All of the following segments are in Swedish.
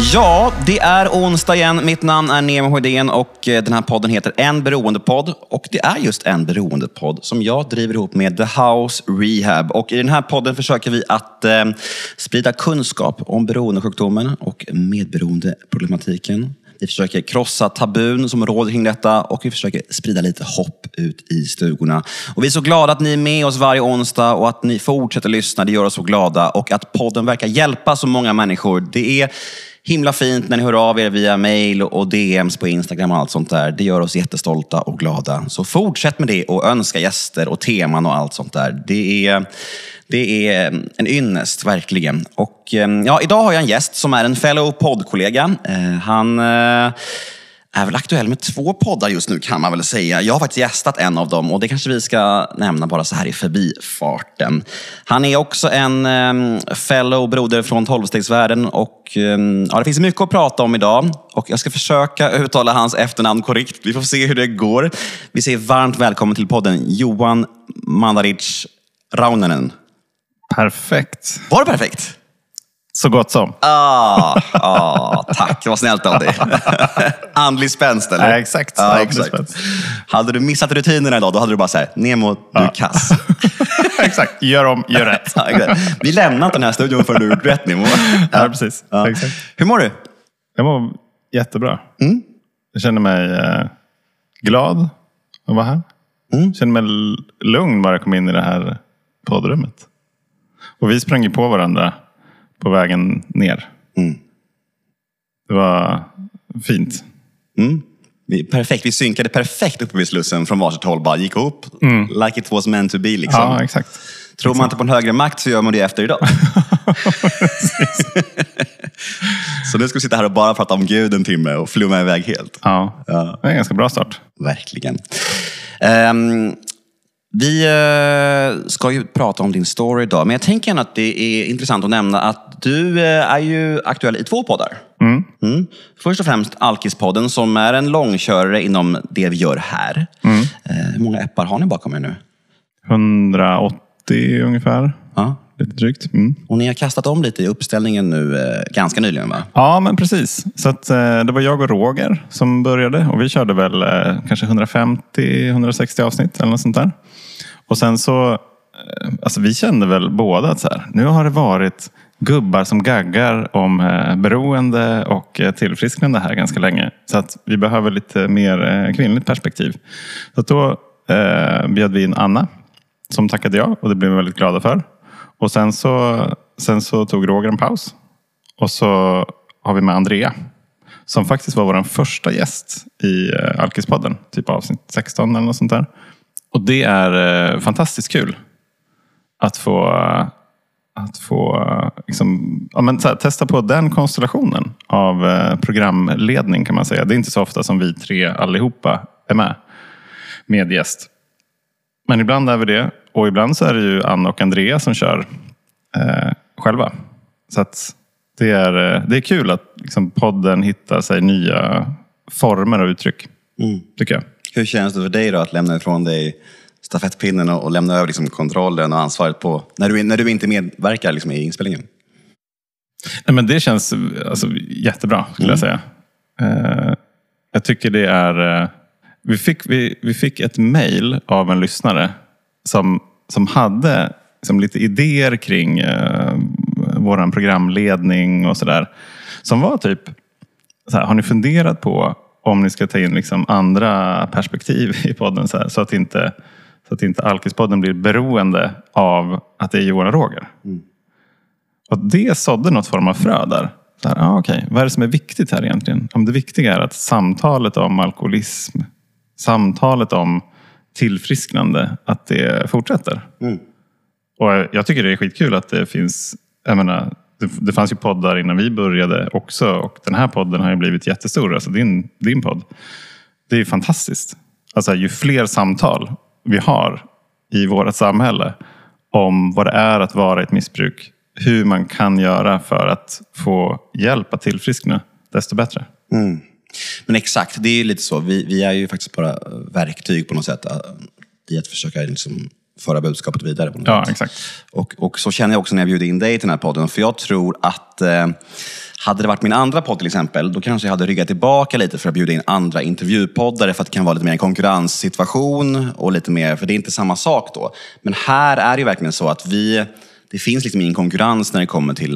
Ja, det är onsdag igen. Mitt namn är Nemo Hedén och den här podden heter En beroendepodd. Och det är just en beroendepodd som jag driver ihop med The House Rehab. Och i den här podden försöker vi att sprida kunskap om beroendesjukdomen och medberoendeproblematiken. Vi försöker krossa tabun som råder kring detta och vi försöker sprida lite hopp ut i stugorna. Och vi är så glada att ni är med oss varje onsdag och att ni fortsätter lyssna. Det gör oss så glada och att podden verkar hjälpa så många människor. Det är himla fint när ni hör av er via mail och DMs på Instagram och allt sånt där. Det gör oss jättestolta och glada. Så fortsätt med det och önska gäster och teman och allt sånt där. Det är en ynnest, verkligen. Och ja, idag har jag en gäst som är en fellow poddkollega. Han är väl aktuell med 2 poddar just nu, kan man väl säga. Jag har faktiskt gästat en av dem och det kanske vi ska nämna bara så här i förbifarten. Han är också en fellow broder från 12-stegsvärlden och ja, det finns mycket att prata om idag. Och jag ska försöka uttala hans efternamn korrekt. Vi får se hur det går. Vi säger varmt välkommen till podden Johan Mandaric Raunanen. Perfekt. Var det perfekt? Så gott som. Tack, det var snällt av dig. Andlig spänst, eller? Ja, exakt. Exakt. Hade du missat rutinerna idag, då hade du bara sagt Nemo, du är kass. Exakt, gör om, gör rätt. Vi lämnar inte den här studion för du gjort rätt, Nemo. Ja, precis. Ja. Exakt. Hur mår du? Jag mår jättebra. Jag känner mig glad att vara här. Jag känner mig lugn bara jag kom in i det här poddrummet. Och vi sprang ju på varandra på vägen ner. Det var fint. Perfekt, vi synkade perfekt uppe vid Slussen från varsitt håll. Bara gick upp, like it was meant to be liksom. Ja, exakt. Tror man inte på en högre makt så gör man det efter idag. Så nu ska vi sitta här och bara prata om Gud en timme och flumma iväg helt. Ja, det är en ganska bra start. Verkligen. Vi ska ju prata om din story idag. Men jag tänker att det är intressant att nämna att du är ju aktuell i 2 poddar. Först och främst Alkispodden som är en långkörare inom det vi gör här. Hur många appar har ni bakom er nu? 180 ungefär. Ja. Lite drygt. Och ni har kastat om lite i uppställningen nu ganska nyligen, va? Ja, men precis. Så att, det var jag och Roger som började. Och vi körde väl kanske 150-160 avsnitt eller något sånt där. Och sen så, alltså vi kände väl båda att så här, nu har det varit gubbar som gaggar om beroende och tillfrisknande här ganska länge. Så att vi behöver lite mer kvinnligt perspektiv. Så att då bjöd vi in Anna som tackade jag och det blev vi väldigt glada för. Och sen så tog Roger en paus. Och så har vi med Andrea som faktiskt var vår första gäst i Alkispodden. Typ avsnitt 16 eller något sånt där. Och det är fantastiskt kul att få liksom, ja, men, testa på den konstellationen av programledning kan man säga. Det är inte så ofta som vi 3 allihopa är med gäst. Men ibland är vi det. Och ibland så är det ju Anna och Andrea som kör själva. Så att det är kul att liksom, podden hittar sig nya former och uttryck. Tycker jag. Hur känns det för dig då att lämna ifrån dig stafettpinnen och lämna över liksom, kontrollen och ansvaret på när du inte medverkar liksom, i inspelningen? Nej, men det känns alltså, jättebra skulle jag säga. Jag tycker det är... Vi fick ett mejl av en lyssnare som hade liksom, lite idéer kring våran programledning och sådär. Som var typ, så här, har ni funderat på om ni ska ta in liksom, andra perspektiv i podden så här, så att inte Alkispodden blir beroende av att det är Johan och Roger. Och det sådde något form av frö där. Så här, okej. Vad är det som är viktigt här egentligen? Om det viktiga är att samtalet om alkoholism, samtalet om tillfrisknande, att det fortsätter. Och jag tycker det är skitkul att det finns, jag menar, det fanns ju poddar innan vi började också. Och den här podden har ju blivit jättestor. Alltså din podd. Det är ju fantastiskt. Alltså ju fler samtal vi har i vårt samhälle om vad det är att vara i ett missbruk. Hur man kan göra för att få hjälp att tillfriskna, desto bättre. Men exakt, det är ju lite så. Vi är ju faktiskt bara verktyg på något sätt i att försöka liksom föra budskapet vidare på något sätt. Exakt. Och så känner jag också när jag bjuder in dig till den här podden. För jag tror att Hade det varit min andra podd till exempel, då kanske jag hade ryggat tillbaka lite för att bjuda in andra intervjupoddare för att det kan vara lite mer en konkurrenssituation och lite mer, för det är inte samma sak då. Men här är det ju verkligen så att det finns liksom ingen konkurrens när det kommer till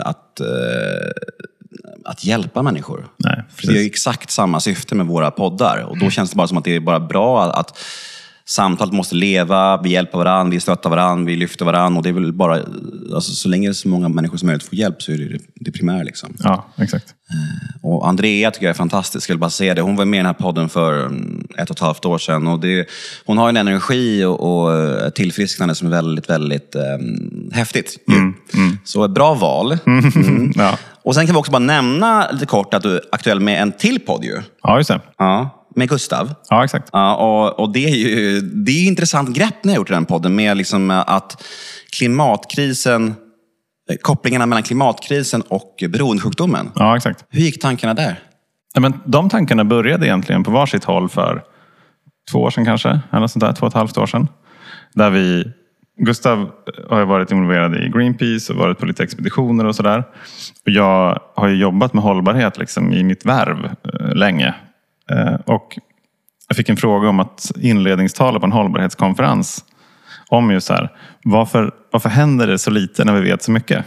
att hjälpa människor. Nej, det är ju exakt samma syfte med våra poddar och då känns det bara som att det är bara bra att samtalet måste leva, vi hjälper varandra, vi stöttar varandra, vi lyfter varandra och det är väl bara, alltså, så länge så många människor som möjligt får hjälp så är det primära liksom. Ja, exakt. Och Andrea tycker jag är fantastisk, jag vill bara säga det. Hon var med i den här podden för 1,5 år sedan och hon har en energi och tillfrisknande som är väldigt, väldigt häftigt. Så bra val. Ja. Och sen kan vi också bara nämna lite kort att du är aktuell med en till podd ju. Ja, just det. Ja. Med Gustav. Ja, exakt. Ja, och det är ju intressant grepp ni har gjort i den podden med liksom att klimatkrisen, kopplingarna mellan klimatkrisen och beroendesjukdomen. Ja, exakt. Hur gick tankarna där? Ja, men de tankarna började egentligen på varsitt håll för 2 år sedan kanske, eller sånt där, 2,5 år sedan. Där Gustav har ju varit involverad i Greenpeace och varit på lite expeditioner och sådär. Och jag har ju jobbat med hållbarhet liksom i mitt värv länge. Och jag fick en fråga om att inledningstala på en hållbarhetskonferens om just så här, varför händer det så lite när vi vet så mycket?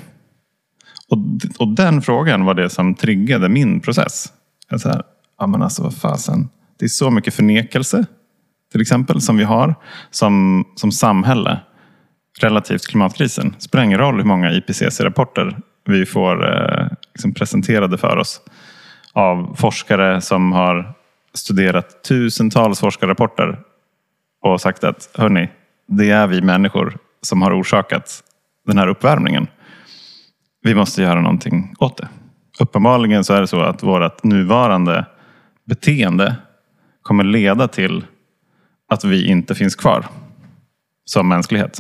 Och den frågan var det som triggade min process. Jag så här, ja men alltså vad fasen, det är så mycket förnekelse till exempel som vi har som samhälle relativt klimatkrisen. Det spelar ingen roll hur många IPCC-rapporter vi får liksom presenterade för oss av forskare som har studerat tusentals forskarrapporter och sagt att hörni, det är vi människor som har orsakat den här uppvärmningen. Vi måste göra någonting åt det. Uppenbarligen så är det så att vårt nuvarande beteende kommer leda till att vi inte finns kvar som mänsklighet.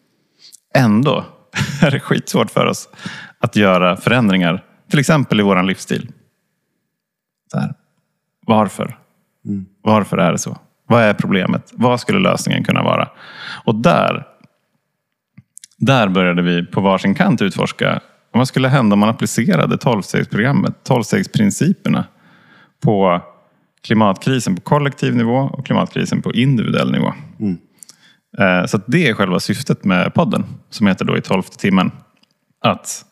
Ändå är det skitsvårt för oss att göra förändringar, till exempel i våran livsstil. Så här. Varför? Varför är det så? Vad är problemet? Vad skulle lösningen kunna vara? Och där började vi på varsin kant utforska vad skulle hända om man applicerade 12-stegsprogrammet, 12-stegsprinciperna på klimatkrisen på kollektiv nivå och klimatkrisen på individuell nivå. Så att det är själva syftet med podden som heter då I 12:e timmen. Att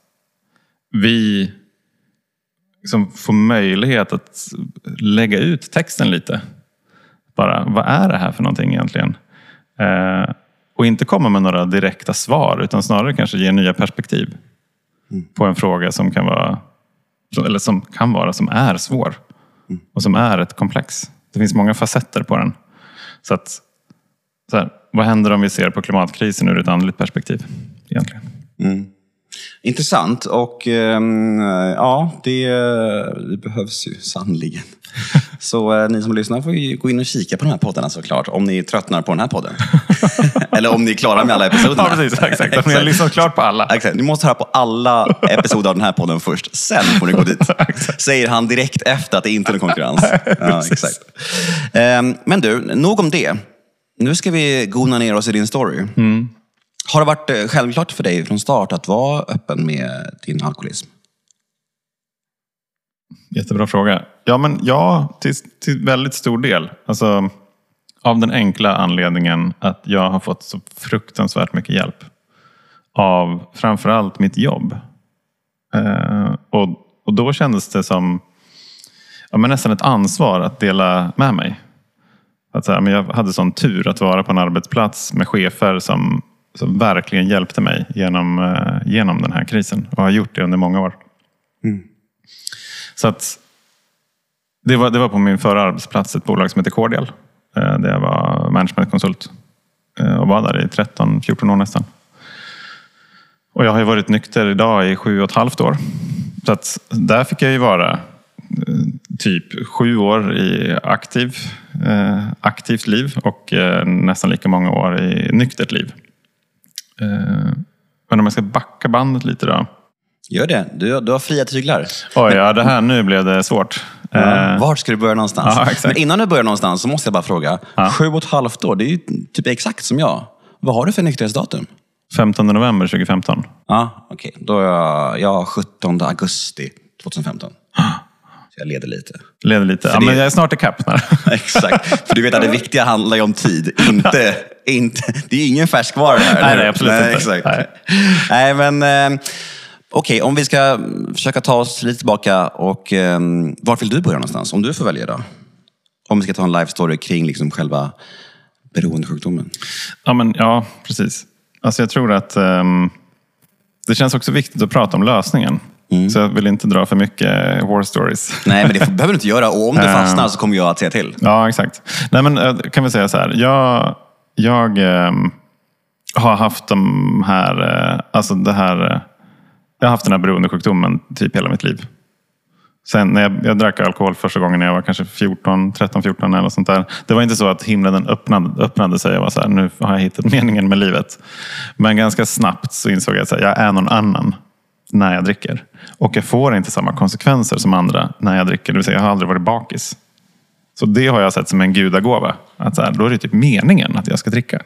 vi liksom får möjlighet att lägga ut texten lite. Bara, vad är det här för någonting egentligen? Och inte komma med några direkta svar utan snarare kanske ge nya perspektiv på en fråga som kan vara som är svår och som är ett komplex. Det finns många facetter på den. Så vad händer om vi ser på klimatkrisen ur ett andligt perspektiv egentligen? Intressant och ja, det behövs ju sannoliken. Så ni som lyssnar får ju gå in och kika på de här poddarna såklart, om ni tröttnar på den här podden. Eller om ni är klara med alla episoderna. Ja, precis, exakt. Om ni har lyssnat klart på alla. Exakt. Ni måste höra på alla episoder av den här podden först. Sen får ni gå dit. Säger han direkt efter att det inte är någon konkurrens. Ja, exakt. Men du, nog om det. Nu ska vi gona ner oss i din story. Har det varit självklart för dig från start att vara öppen med din alkoholism? Jättebra fråga. Ja, till väldigt stor del. Alltså, av den enkla anledningen att jag har fått så fruktansvärt mycket hjälp av framförallt mitt jobb. Och då kändes det som nästan ett ansvar att dela med mig. Men jag hade sån tur att vara på en arbetsplats med chefer som verkligen hjälpte mig genom den här krisen. Och har gjort det under många år. Så att det var på min förra arbetsplats ett bolag som heter Cordial. Där jag var managementkonsult. Och var där i 13-14 år nästan. Och jag har ju varit nykter idag i 7,5 år. Så att där fick jag ju vara typ 7 år i aktivt liv. Och nästan lika många år i nyktert liv. Men om jag ska backa bandet lite då. Gör det. Du har fria tyglar. Oj, ja, det här nu blev det svårt. Vart ska du börja någonstans? Ja, exakt. Men innan du börjar någonstans så måste jag bara fråga. 7,5 år, det är ju typ exakt som jag. Vad har du för nykterhetsdatum? 15 november 2015. Ja, okej. Då är jag 17 augusti 2015. Så jag leder lite. Ja, men jag är snart i kapp. Exakt. För du vet att det viktiga handlar ju om tid. Inte, det är ingen färskvara här. Nej, absolut inte. Exakt. Nej, men okej, om vi ska försöka ta oss lite tillbaka. Och var vill du börja någonstans? Om du får välja då. Om vi ska ta en life story kring liksom själva beroendesjukdomen. Ja, precis. Alltså jag tror att det känns också viktigt att prata om lösningen. Så jag vill inte dra för mycket war stories. Nej, men det behöver du inte göra. Och om du fastnar så kommer jag att säga till. Ja, exakt. Nej, men kan vi säga så här. Jag har haft de här... jag har haft den här beroendesjukdomen typ hela mitt liv. Sen när jag drack alkohol första gången när jag var kanske 13-14 eller sånt där. Det var inte så att himlen öppnade sig och var så här, nu har jag hittat meningen med livet. Men ganska snabbt så insåg jag att jag är någon annan när jag dricker. Och jag får inte samma konsekvenser som andra när jag dricker. Det vill säga, jag har aldrig varit bakis. Så det har jag sett som en gudagåva. Att så här, då är det typ meningen att jag ska dricka.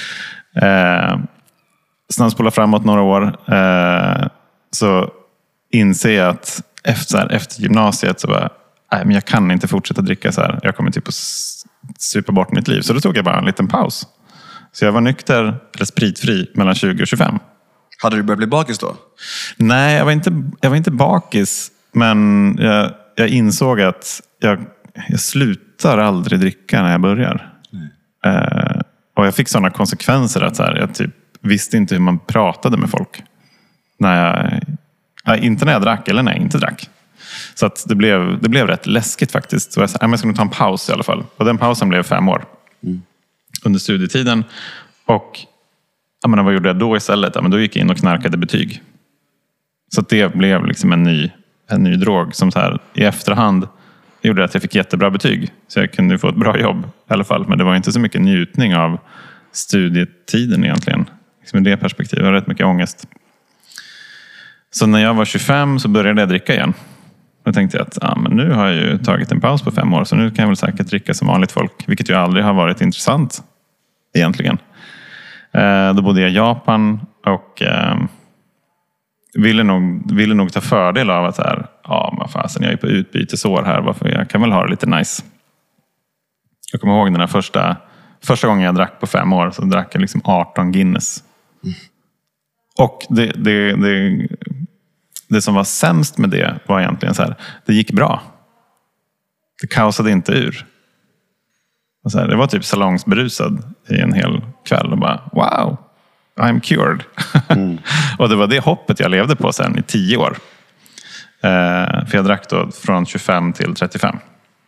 Snabbspola framåt några år. Så inser jag att efter gymnasiet så bara, nej, men jag kan inte fortsätta dricka så här. Jag kommer typ att supa bort mitt liv. Så då tog jag bara en liten paus. Så jag var nykter eller spritfri mellan 20 och 25. Hade du börjat bli bakis då? Nej, jag var inte bakis. Men jag insåg att jag slutar aldrig dricka när jag börjar. Och jag fick sådana konsekvenser att så här, jag typ visste inte hur man pratade med folk. Inte när jag drack eller när jag inte drack. Så att det blev rätt läskigt faktiskt. Så jag sa, jag ska nog ta en paus i alla fall. Och den pausen blev 5 år. Under studietiden. Och vad gjorde jag då istället? Då gick jag in och knarkade betyg. Så att det blev liksom en ny drog som så här, i efterhand gjorde att jag fick jättebra betyg. Så jag kunde få ett bra jobb i alla fall. Men det var inte så mycket njutning av studietiden egentligen. Liksom i det perspektivet. Jag har rätt mycket ångest. Så när jag var 25 så började jag dricka igen. Då tänkte jag att men nu har jag ju tagit en paus på 5 år. Så nu kan jag väl säkert dricka som vanligt folk. Vilket ju aldrig har varit intressant egentligen. Då bodde jag i Japan och ville nog ta fördel av att vad fasen, jag är på utbytesår här. Varför jag kan väl ha det lite nice. Jag kommer ihåg den här första gången jag drack på 5 år. Så drack jag liksom 18 Guinness. Och det som var sämst med det var egentligen så här. Det gick bra. Det kaosade inte ur. Och så här, det var typ salongsberusad i en hel kväll. Och bara, wow, I'm cured. Och det var det hoppet jag levde på sen i 10 år. För jag drack då från 25 till 35.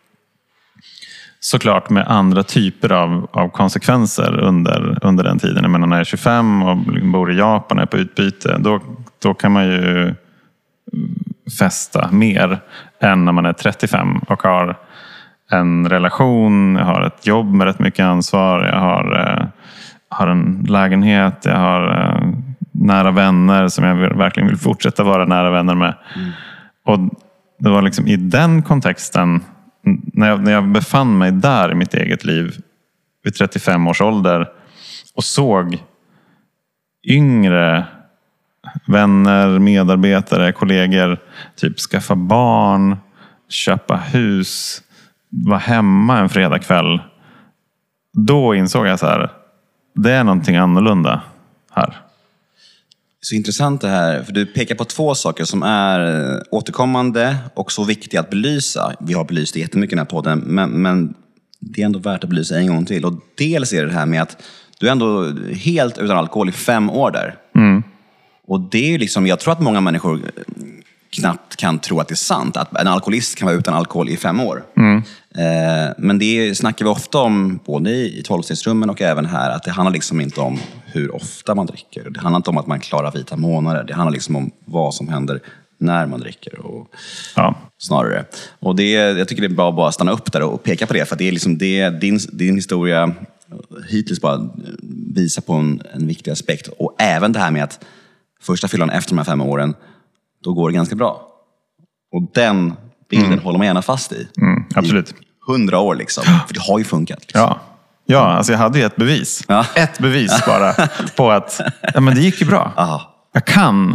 Såklart med andra typer av konsekvenser under den tiden. Jag menar, när jag är 25 och bor i Japan och är på utbyte. Då kan man ju festa mer än när man är 35 och har en relation. Jag har ett jobb med rätt mycket ansvar. Jag har en lägenhet. Jag har nära vänner som jag verkligen vill fortsätta vara nära vänner med. Och det var liksom i den kontexten, när jag befann mig där i mitt eget liv vid 35 års ålder och såg yngre vänner, medarbetare, kollegor typ skaffa barn, köpa hus, vara hemma en fredagkväll. Då insåg jag så här, det är någonting annorlunda här. Så intressant det här, för du pekar på 2 saker som är återkommande och så viktiga att belysa. Vi har belyst det jättemycket i den här podden, men det är ändå värt att belysa en gång till. Och dels är det här med att du är ändå helt utan alkohol i 5 år där. Och det är liksom, jag tror att många människor knappt kan tro att det är sant. Att en alkoholist kan vara utan alkohol i 5 år. Men det snackar vi ofta om både i 12-stegsrummen och även här. Att det handlar liksom inte om hur ofta man dricker. Det handlar inte om att man klarar vita månader. Det handlar liksom om vad som händer när man dricker. Och snarare. Och jag tycker det är bra att bara stanna upp där och peka på det. För det är liksom din historia hittills bara visar på en viktig aspekt. Och även det här med att första fyllan efter de här 5 åren, då går det ganska bra. Och den bilden håller man gärna fast i. Absolut. I 100 år liksom. För det har ju funkat. Liksom. Ja, alltså jag hade ju ett bevis. Ett bevis bara på att men det gick ju bra. Aha. Jag kan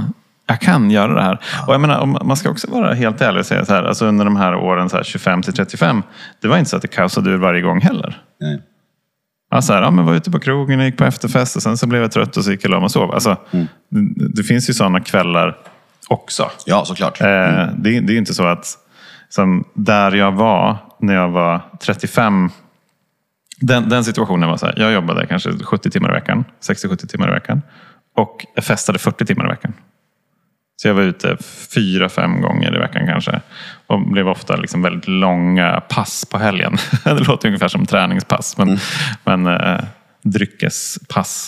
jag kan göra det här. Och jag menar, man ska också vara helt ärlig och säga så här, alltså under de här åren så här 25-35, det var inte så att det kaosade ur varje gång heller. Nej. Alltså här, men var ute på krogen och gick på efterfest och sen så blev jag trött och så gick jag och sov. Alltså, det finns ju sådana kvällar också. Ja, såklart. Det är ju inte så att som där jag var när jag var 35, den situationen var så här, jag jobbade kanske 70 timmar i veckan, 60-70 timmar i veckan och jag festade 40 timmar i veckan. Så jag var ute 4-5 gånger i veckan kanske. Och blev ofta liksom väldigt långa pass på helgen. Det låter ungefär som träningspass. Men dryckespass.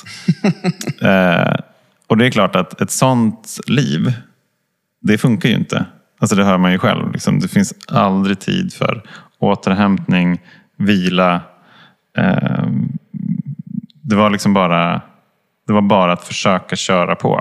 Och det är klart att ett sånt liv, det funkar ju inte. Alltså det hör man ju själv. Liksom. Det finns aldrig tid för återhämtning, vila. Det var liksom bara att försöka köra på.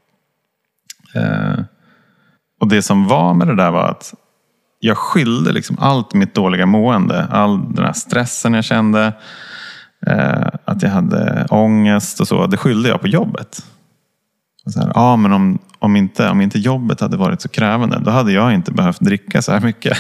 Och det som var med det där var att jag skyllde liksom allt mitt dåliga mående, all den här stressen jag kände, att jag hade ångest och så, det skyllde jag på jobbet. Så här, men om inte jobbet hade varit så krävande, då hade jag inte behövt dricka så här mycket.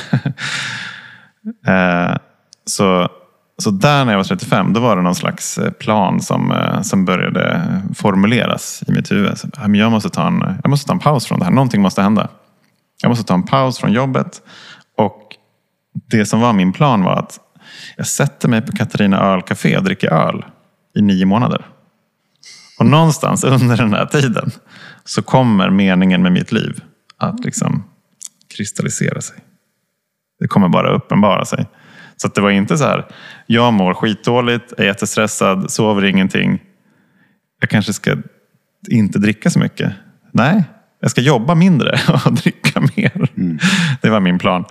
Så där när jag var 35, då var det någon slags plan som började formuleras i mitt huvud. Så, jag måste ta en paus från det här. Någonting måste hända. Jag måste ta en paus från jobbet. Och det som var min plan var att jag sätter mig på Katarina ölcafé och dricker öl i 9 månader. Och någonstans under den här tiden så kommer meningen med mitt liv att liksom kristallisera sig. Det kommer bara uppenbara sig. Så att det var inte så här, jag mår skitdåligt, är jättestressad, sover ingenting. Jag kanske ska inte dricka så mycket. Nej, jag ska jobba mindre och dricka mer. Det var min plan.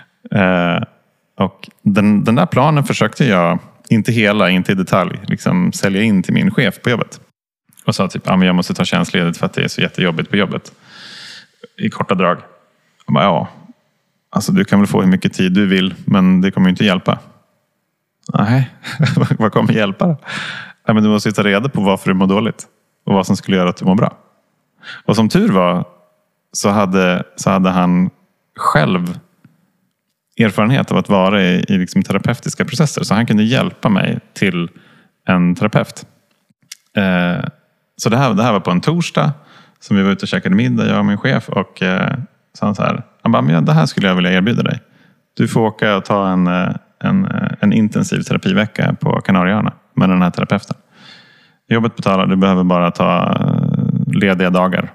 Och den där planen försökte jag, inte i detalj, liksom sälja in till min chef på jobbet. Och sa typ, jag måste ta tjänstledigt för att det är så jättejobbigt på jobbet. I korta drag. Jag bara, alltså du kan väl få hur mycket tid du vill, men det kommer ju inte hjälpa. Nej, vad kommer hjälpa då? Nej, men du måste ta reda på varför du mår dåligt. Och vad som skulle göra att du mår bra. Och som tur var så hade han själv erfarenhet av att vara i liksom terapeutiska processer. Så han kunde hjälpa mig till en terapeut. Så det här var på en torsdag som vi var ute och käkade middag, jag och min chef. Och sa han så här, han bara, men det här skulle jag vilja erbjuda dig. Du får åka och ta en intensiv terapivecka på Kanarieöarna med den här terapeuten. Jobbet betalar, du behöver bara ta lediga dagar.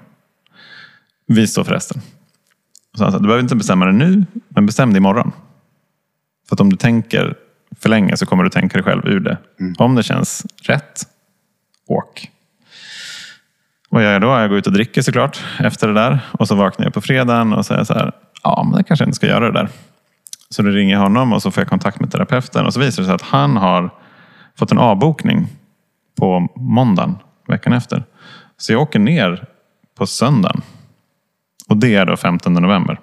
Vi står förresten. Så han sa, du behöver inte bestämma det nu, men bestäm det imorgon. För att om du tänker för länge så kommer du tänka dig själv ur det. Om det känns rätt, åk. Vad gör jag då? Jag går ut och dricker såklart efter det där. Och så vaknar jag på fredagen och säger så här, men det kanske jag inte ska göra det där. Så då ringer jag honom och så får jag kontakt med terapeuten. Och så visar det sig att han har fått en avbokning på måndagen veckan efter. Så jag åker ner på söndagen. Och det är då 15 november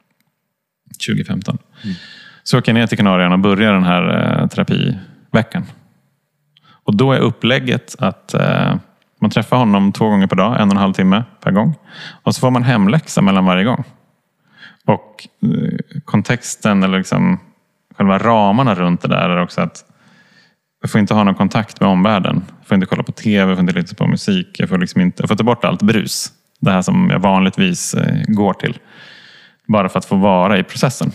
2015. Så åker jag ner till Kanarieöarna och börjar den här terapiveckan. Och då är upplägget att man träffar honom 2 gånger per dag, 1,5 timme per gång. Och så får man hemläxa mellan varje gång. Och kontexten eller liksom själva ramarna runt det där är också att jag får inte ha någon kontakt med omvärlden. Jag får inte kolla på tv, jag får inte lyssna på musik. Jag får ta bort allt brus. Det här som jag vanligtvis går till. Bara för att få vara i processen.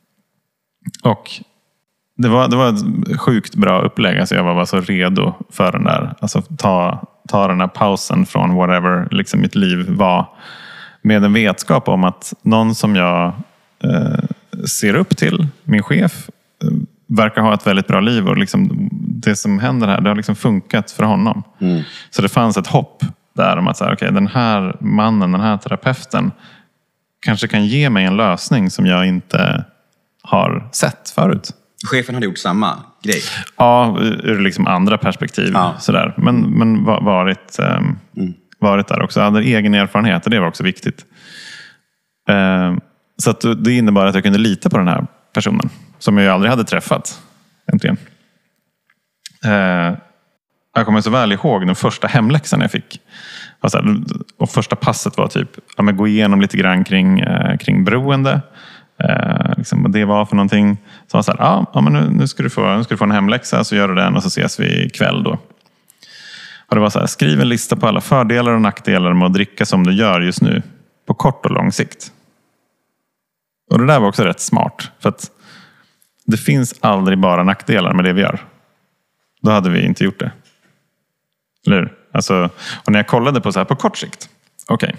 Och det var ett sjukt bra upplägg. Alltså jag var bara så redo för den där. Alltså ta den här pausen från whatever liksom mitt liv var. Med en vetskap om att någon som jag ser upp till, min chef, verkar ha ett väldigt bra liv. Och liksom det som händer här, det har liksom funkat för honom. Så det fanns ett hopp där om att säga, okej, den här mannen, den här terapeuten kanske kan ge mig en lösning som jag inte har sett förut. Chefen hade gjort samma grej? Ja, ur liksom andra perspektiv. Ja. Sådär. Men varit där också. Jag hade egen erfarenhet och det var också viktigt. Så att det innebar att jag kunde lita på den här personen. Som jag aldrig hade träffat. Äntligen. Jag kommer så väl ihåg den första hemläxan jag fick. Och första passet var typ gå igenom lite grann kring beroende. Liksom vad det var för någonting. Så var så här, men nu ska du få en hemläxa, så gör du den och så ses vi ikväll då. Och det var så här, skriv en lista på alla fördelar och nackdelar med att dricka som du gör just nu på kort och lång sikt. Och det där var också rätt smart, för att det finns aldrig bara nackdelar med det vi gör. Då hade vi inte gjort det. Eller hur? Alltså, och när jag kollade på så här på kort sikt. Okej.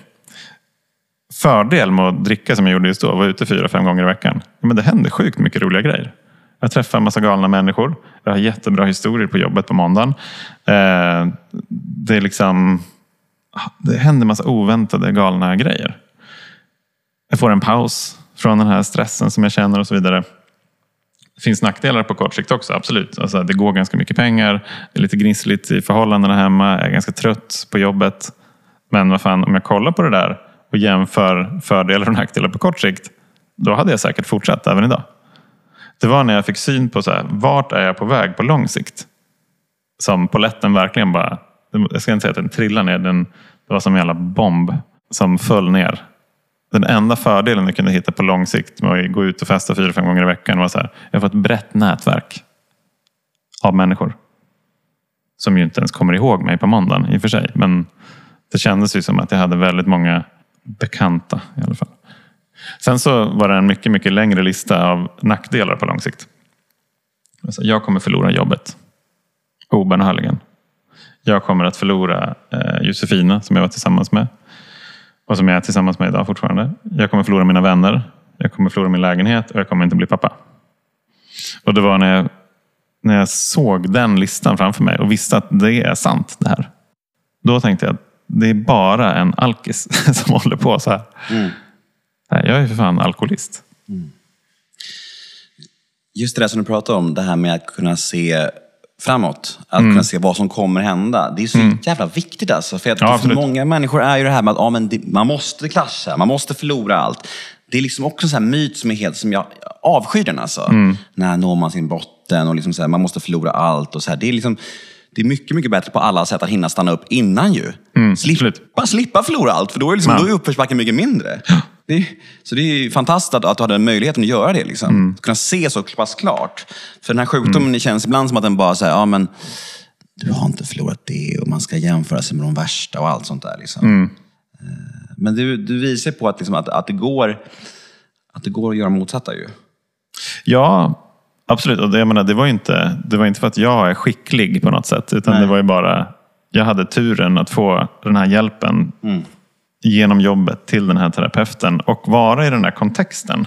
Fördel med att dricka som jag gjorde just då, var ute 4-5 gånger i veckan. Men det händer sjukt mycket roliga grejer. Jag träffar en massa galna människor. Jag har jättebra historier på jobbet på måndagen. Det är liksom... Det händer massa oväntade galna grejer. Jag får en paus från den här stressen som jag känner och så vidare. Det finns nackdelar på kort sikt också, absolut. Alltså, det går ganska mycket pengar. Det är lite gnissligt i förhållandena hemma. Jag är ganska trött på jobbet. Men vad fan, om jag kollar på det där och jämför fördelar och nackdelar på kort sikt, då hade jag säkert fortsatt även idag. Det var när jag fick syn på så här, vart är jag på väg på lång sikt? Som polletten verkligen bara, jag ska inte säga att den trillar ner, det var som en jävla bomb som föll ner. Den enda fördelen jag kunde hitta på lång sikt med att gå ut och festa 4-5 gånger i veckan var så här, jag får ett brett nätverk av människor. Som ju inte ens kommer ihåg mig på måndagen i och för sig. Men det kändes ju som att jag hade väldigt många bekanta i alla fall. Sen så var det en mycket, mycket längre lista av nackdelar på lång sikt. Alltså, jag kommer förlora jobbet. Obönhörligen. Jag kommer att förlora Josefina som jag var tillsammans med. Och som jag är tillsammans med idag fortfarande. Jag kommer förlora mina vänner. Jag kommer förlora min lägenhet. Och jag kommer inte bli pappa. Och det var när jag såg den listan framför mig. Och visste att det är sant det här. Då tänkte jag att det är bara en alkis som håller på så här. Nej, jag är för fan alkoholist. Just det där som du pratade om. Det här med att kunna se framåt. Att kunna se vad som kommer hända. Det är så jävla viktigt alltså. För att för många människor är ju det här med att man måste klascha. Man måste förlora allt. Det är liksom också en sån här myt som jag avskyr den alltså. När når man sin botten och liksom så här, man måste förlora allt och så här. Det är liksom... Det är mycket, mycket bättre på alla sätt att hinna stanna upp innan ju. Slippa förlora allt. För då är, liksom, då är uppförsbacken mycket mindre. Så det är fantastiskt att du hade möjligheten att göra det. Liksom. Att kunna se så pass klart. För den här sjukdomen känns ibland som att den bara säger, ja men du har inte förlorat det. Och man ska jämföra sig med de värsta och allt sånt där. Liksom. Men du visar på att, liksom, att det går att göra motsatta ju. Ja, absolut. Och jag menar, det var inte för att jag är skicklig på något sätt. Utan det var ju bara, jag hade turen att få den här hjälpen genom jobbet till den här terapeuten. Och vara i den där kontexten.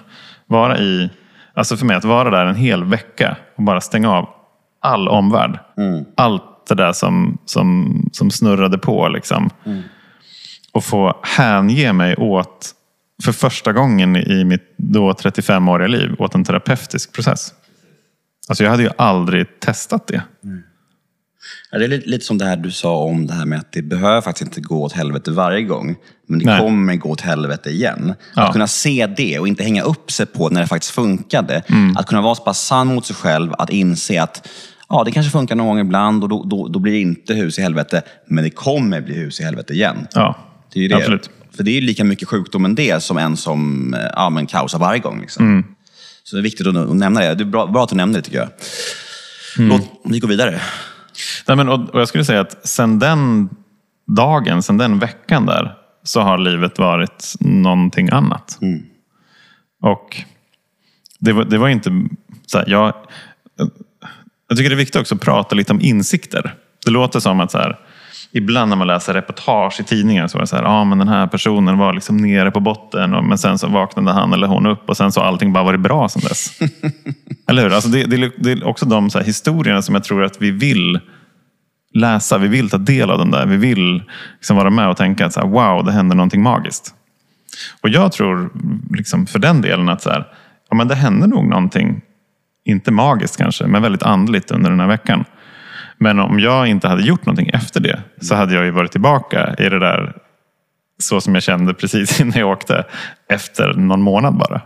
Alltså för mig att vara där en hel vecka och bara stänga av all omvärld. Allt det där som snurrade på liksom. Och få hänge mig åt, för första gången i mitt då 35-åriga liv, åt en terapeutisk process. Alltså jag hade ju aldrig testat det. Ja, det är lite som det här du sa om det här med att det behöver faktiskt inte gå åt helvete varje gång. Men det kommer gå åt helvete igen. Att kunna se det och inte hänga upp sig på när det faktiskt funkade. Att kunna vara så pass sann mot sig själv. Att inse att det kanske funkar någon gång ibland och då blir det inte hus i helvete. Men det kommer bli hus i helvete igen. Ja, det är ju det. Absolut. För det är ju lika mycket sjukdom än det som en som kaosar varje gång. Liksom. Så det är viktigt att nämna det. Det är bra att du nämner det tycker jag. Låt vi gå vidare. Nej, men, och jag skulle säga att sen den veckan där så har livet varit någonting annat. Och det var inte så här, jag tycker det är viktigt också att prata lite om insikter. Det låter som att så här, ibland när man läser reportage i tidningar så var det så här, men den här personen var liksom nere på botten men sen så vaknade han eller hon upp och sen så har allting bara varit bra sen dess. Eller hur? Alltså det är också de så här historierna som jag tror att vi vill läsa, vi vill ta del av den där, vi vill liksom vara med och tänka att så här, wow, det händer någonting magiskt. Och jag tror liksom för den delen att så här, men det händer nog någonting, inte magiskt kanske, men väldigt andligt under den här veckan. Men om jag inte hade gjort någonting efter det så hade jag ju varit tillbaka i det där så som jag kände precis innan jag åkte efter någon månad bara.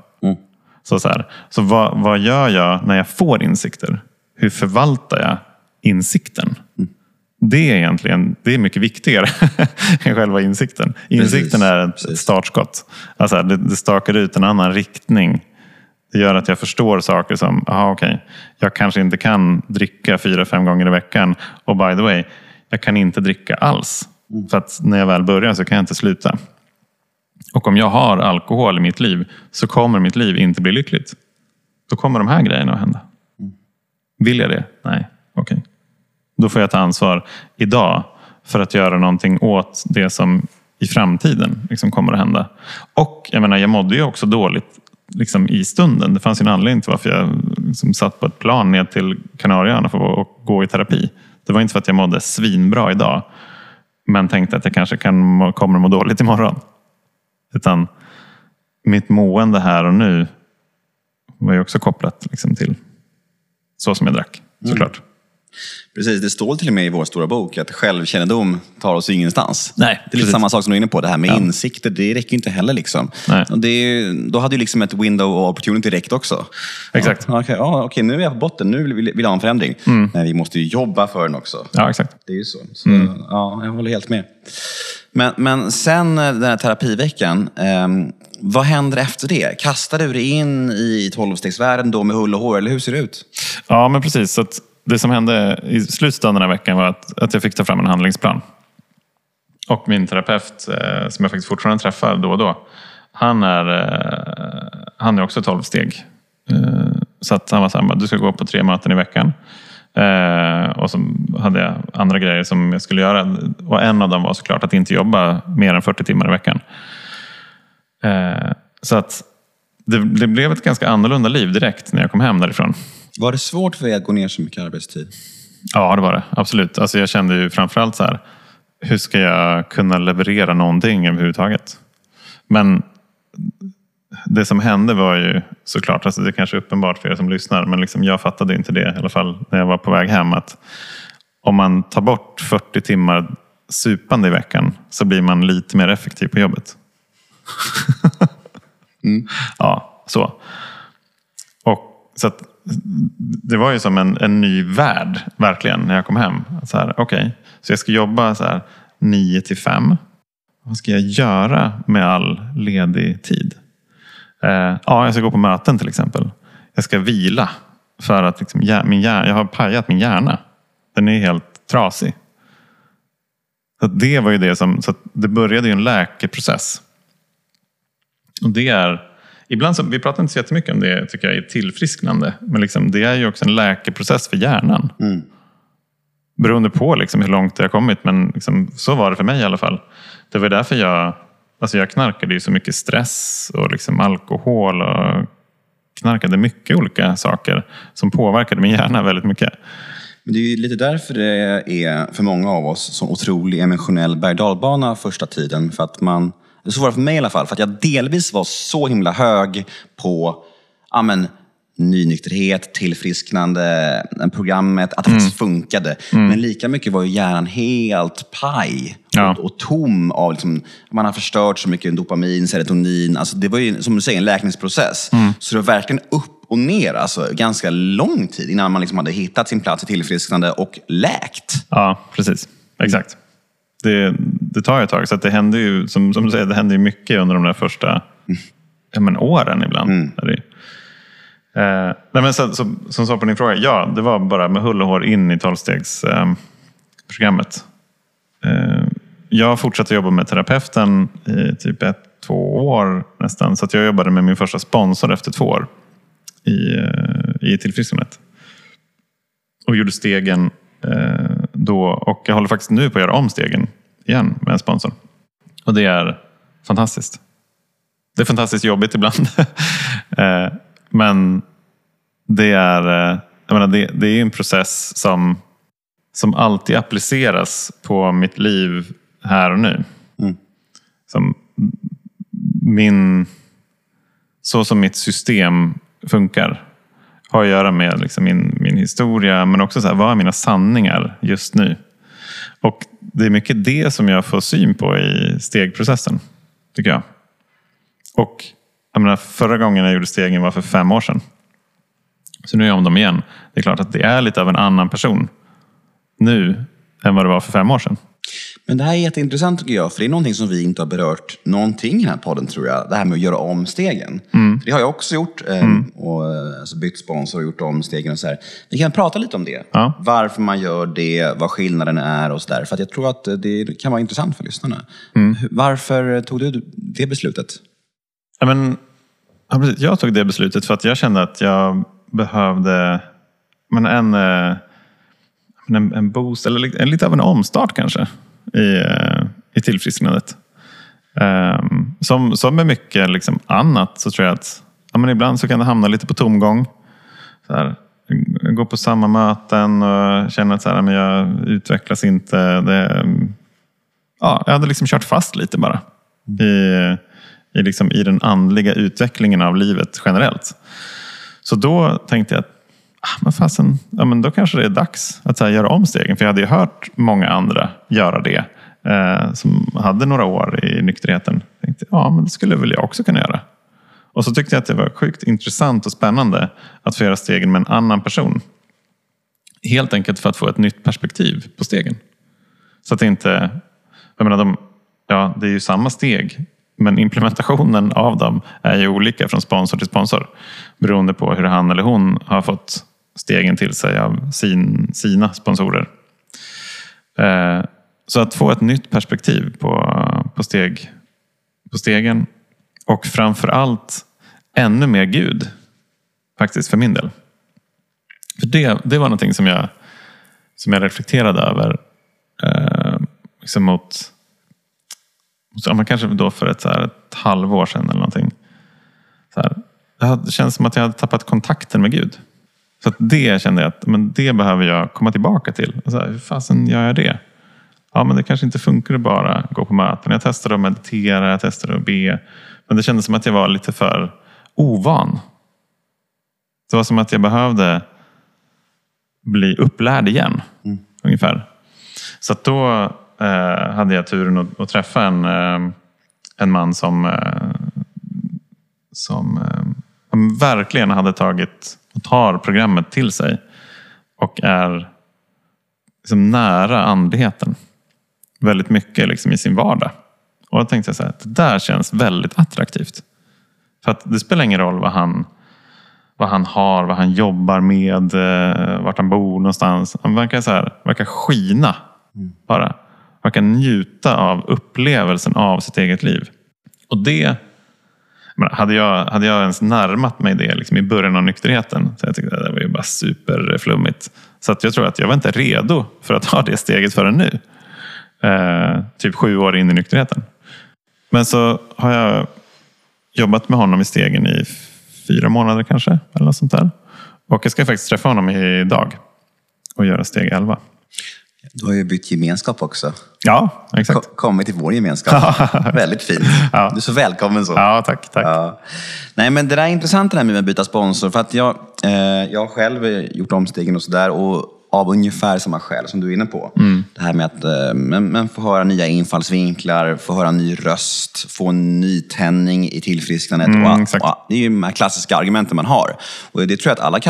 Så vad gör jag när jag får insikter? Hur förvaltar jag insikten? Det är egentligen, det är mycket viktigare än själva insikten. Insikten är ett startskott. Alltså det stakar ut en annan riktning. Det gör att jag förstår saker som, okej, jag kanske inte kan dricka 4-5 gånger i veckan. Och by the way, jag kan inte dricka alls. För att när jag väl börjar så kan jag inte sluta. Och om jag har alkohol i mitt liv så kommer mitt liv inte bli lyckligt. Då kommer de här grejerna att hända. Vill jag det? Nej, okej. Då får jag ta ansvar idag för att göra någonting åt det som i framtiden liksom kommer att hända. Och jag menar, jag mådde ju också dåligt liksom i stunden. Det fanns ju en anledning till varför jag liksom satt på ett plan ner till Kanarieöarna för att gå i terapi. Det var inte för att jag mådde svinbra idag, men tänkte att jag kanske kommer att må dåligt imorgon. Utan mitt mående här och nu var ju också kopplat liksom till så som jag drack, såklart. Precis, det står till och med i vår stora bok att självkännedom tar oss ingenstans. Nej, det är lite samma sak som du är inne på. Det här med insikter, det räcker ju inte heller liksom. Då hade ju liksom ett window of opportunity räckt också. Exakt. Okej, nu är jag på botten, nu vill jag ha en förändring. Men vi måste ju jobba för den också. Ja, exakt. Det är ju så. Ja, jag håller helt med. Men sen den här terapiveckan, vad händer efter det? Kastar du dig in i 12-stegsvärlden då med hull och hår, eller hur ser det ut? Ja, men precis. Så att det som hände i slutet av den här veckan var att jag fick ta fram en handlingsplan. Och min terapeut, som jag faktiskt fortfarande träffar då och då, han är också 12 steg. Så att han var så här, du ska gå på 3 möten i veckan. Och så hade jag andra grejer som jag skulle göra. Och en av dem var såklart att inte jobba mer än 40 timmar i veckan. Så att det blev ett ganska annorlunda liv direkt när jag kom hem därifrån. Var det svårt för dig att gå ner så mycket arbetstid? Ja, det var det. Absolut. Alltså jag kände ju framförallt så här, hur ska jag kunna leverera någonting överhuvudtaget? Men det som hände var ju såklart, alltså det är kanske uppenbart för er som lyssnar, men liksom jag fattade inte det i alla fall när jag var på väg hem, att om man tar bort 40 timmar supande i veckan så blir man lite mer effektiv på jobbet. Ja, så. Och så att det var ju som en ny värld verkligen när jag kom hem. Så här, okej, så jag ska jobba så här 9-5. Vad ska jag göra med all ledig tid? Jag ska gå på möten till exempel. Jag ska vila för att liksom, jag har pajat min hjärna. Den är helt trasig. Så det var ju det som, så det började ju en läkeprocess. Och det är, ibland så, vi pratar inte så jättemycket om det, tycker jag är tillfrisknande. Men liksom, det är ju också en läkeprocess för hjärnan. Beroende på liksom hur långt det har kommit. Men liksom, så var det för mig i alla fall. Det var därför jag knarkade ju så mycket stress och liksom alkohol. Och knarkade mycket olika saker som påverkade min hjärna väldigt mycket. Men det är ju lite därför det är för många av oss som otrolig emotionell berg-dalbana första tiden. För att så var det för mig i alla fall. För att jag delvis var så himla hög på nynykterhet, tillfrisknande, programmet, att det faktiskt funkade. Men lika mycket var ju hjärnan helt paj och tom av liksom, man har förstört så mycket dopamin, serotonin. Alltså det var ju som du säger en läkningsprocess. Så det var verkligen upp och ner, alltså ganska lång tid innan man liksom hade hittat sin plats i tillfrisknande och läkt. Ja, precis. Exakt. Det tar ju ett tag, så att det händer ju, som du säger, det händer ju mycket under de där första åren ibland. Nej, men som svar på din fråga, ja, det var bara med hull och hår in i 12-stegsprogrammet. Jag fortsatte jobba med terapeuten i typ 1-2 år nästan, så att jag jobbade med min första sponsor efter 2 år i tillfrisknandet. Och gjorde stegen då, och jag håller faktiskt nu på att göra om stegen igen med en sponsor. Och det är fantastiskt. Det är fantastiskt jobbigt ibland. Men det är, jag menar, det är en process som alltid appliceras på mitt liv här och nu. Så som mitt system funkar har att göra med liksom min historia, men också så här, vad är mina sanningar just nu? Och det är mycket det som jag får syn på i stegprocessen, tycker jag. Och jag menar, förra gången jag gjorde stegen var för 5 år sedan. Så nu är jag om dem igen. Det är klart att det är lite av en annan person nu än vad det var för 5 år sedan. Men det här är jätteintressant tycker jag, för det är någonting som vi inte har berört någonting i den här podden tror jag. Det här med att göra om stegen. För det har jag också gjort. Och alltså bytt sponsor och gjort om stegen och så här. Vi kan prata lite om det. Ja. Varför man gör det, vad skillnaden är och så där. För att jag tror att det kan vara intressant för lyssnarna. Varför tog du det beslutet? Jag tog det beslutet för att jag kände att jag behövde en boost eller lite av en omstart kanske i tillfrisknandet. Som med mycket liksom annat så tror jag att ibland så kan det hamna lite på tomgång. Så här, jag går på samma möten och känner att så här, men jag utvecklas inte. Jag hade liksom kört fast lite bara i den andliga utvecklingen av livet generellt. Så då tänkte jag att då kanske det är dags att göra om stegen. För jag hade ju hört många andra göra det som hade några år i nykterheten. Jag tänkte, men det skulle väl jag också kunna göra. Och så tyckte jag att det var sjukt intressant och spännande att få göra stegen med en annan person. Helt enkelt för att få ett nytt perspektiv på stegen. Så att det inte... det är ju samma steg. Men implementationen av dem är ju olika från sponsor till sponsor. Beroende på hur han eller hon har fått stegen till sig av sina sponsorer. Så att få ett nytt perspektiv på stegen. Och framförallt ännu mer Gud. Faktiskt för min del. För det var någonting som jag reflekterade över. Kanske då för ett halvår sedan eller någonting. Det känns som att jag hade tappat kontakten med Gud. Så att det kände jag att det behöver jag komma tillbaka till. Hur fasen gör jag det? Men det kanske inte funkar att bara gå på möten. Jag testade att meditera, jag testade att be. Men det kändes som att jag var lite för ovan. Det var som att jag behövde bli upplärd igen. Ungefär. Så att då hade jag turen att träffa en man som verkligen hade tagit och tar programmet till sig. Och är liksom nära andligheten. Väldigt mycket liksom i sin vardag. Och då tänkte jag så här, det där känns väldigt attraktivt. För att det spelar ingen roll vad han har, vad han jobbar med, vart han bor någonstans. Han verkar skina bara. Verkar njuta av upplevelsen av sitt eget liv. Och det, hade jag ens närmat mig det liksom i början av nykterheten, så jag tyckte att det var ju bara superflummigt. Så att jag tror att jag var inte redo för att ta det steget förrän nu. Typ 7 år in i nykterheten. Men så har jag jobbat med honom i stegen i 4 månader kanske. Eller något sånt där. Och jag ska faktiskt träffa honom idag. Och göra steg 11. Du har ju bytt gemenskap också. Ja, exakt. Kommit till vår gemenskap. Väldigt fint. Ja. Du är så välkommen så. Ja, tack. Ja. Nej, men det där är intressant det här med att byta sponsor. För att jag har själv gjort omstegen och sådär. Och av ungefär samma skäl som du är inne på. Det här med att få höra nya infallsvinklar, få höra en ny röst, få en ny tändning i tillfrisknandet. Det är ju de här klassiska argumenten man har. Och det tror jag att alla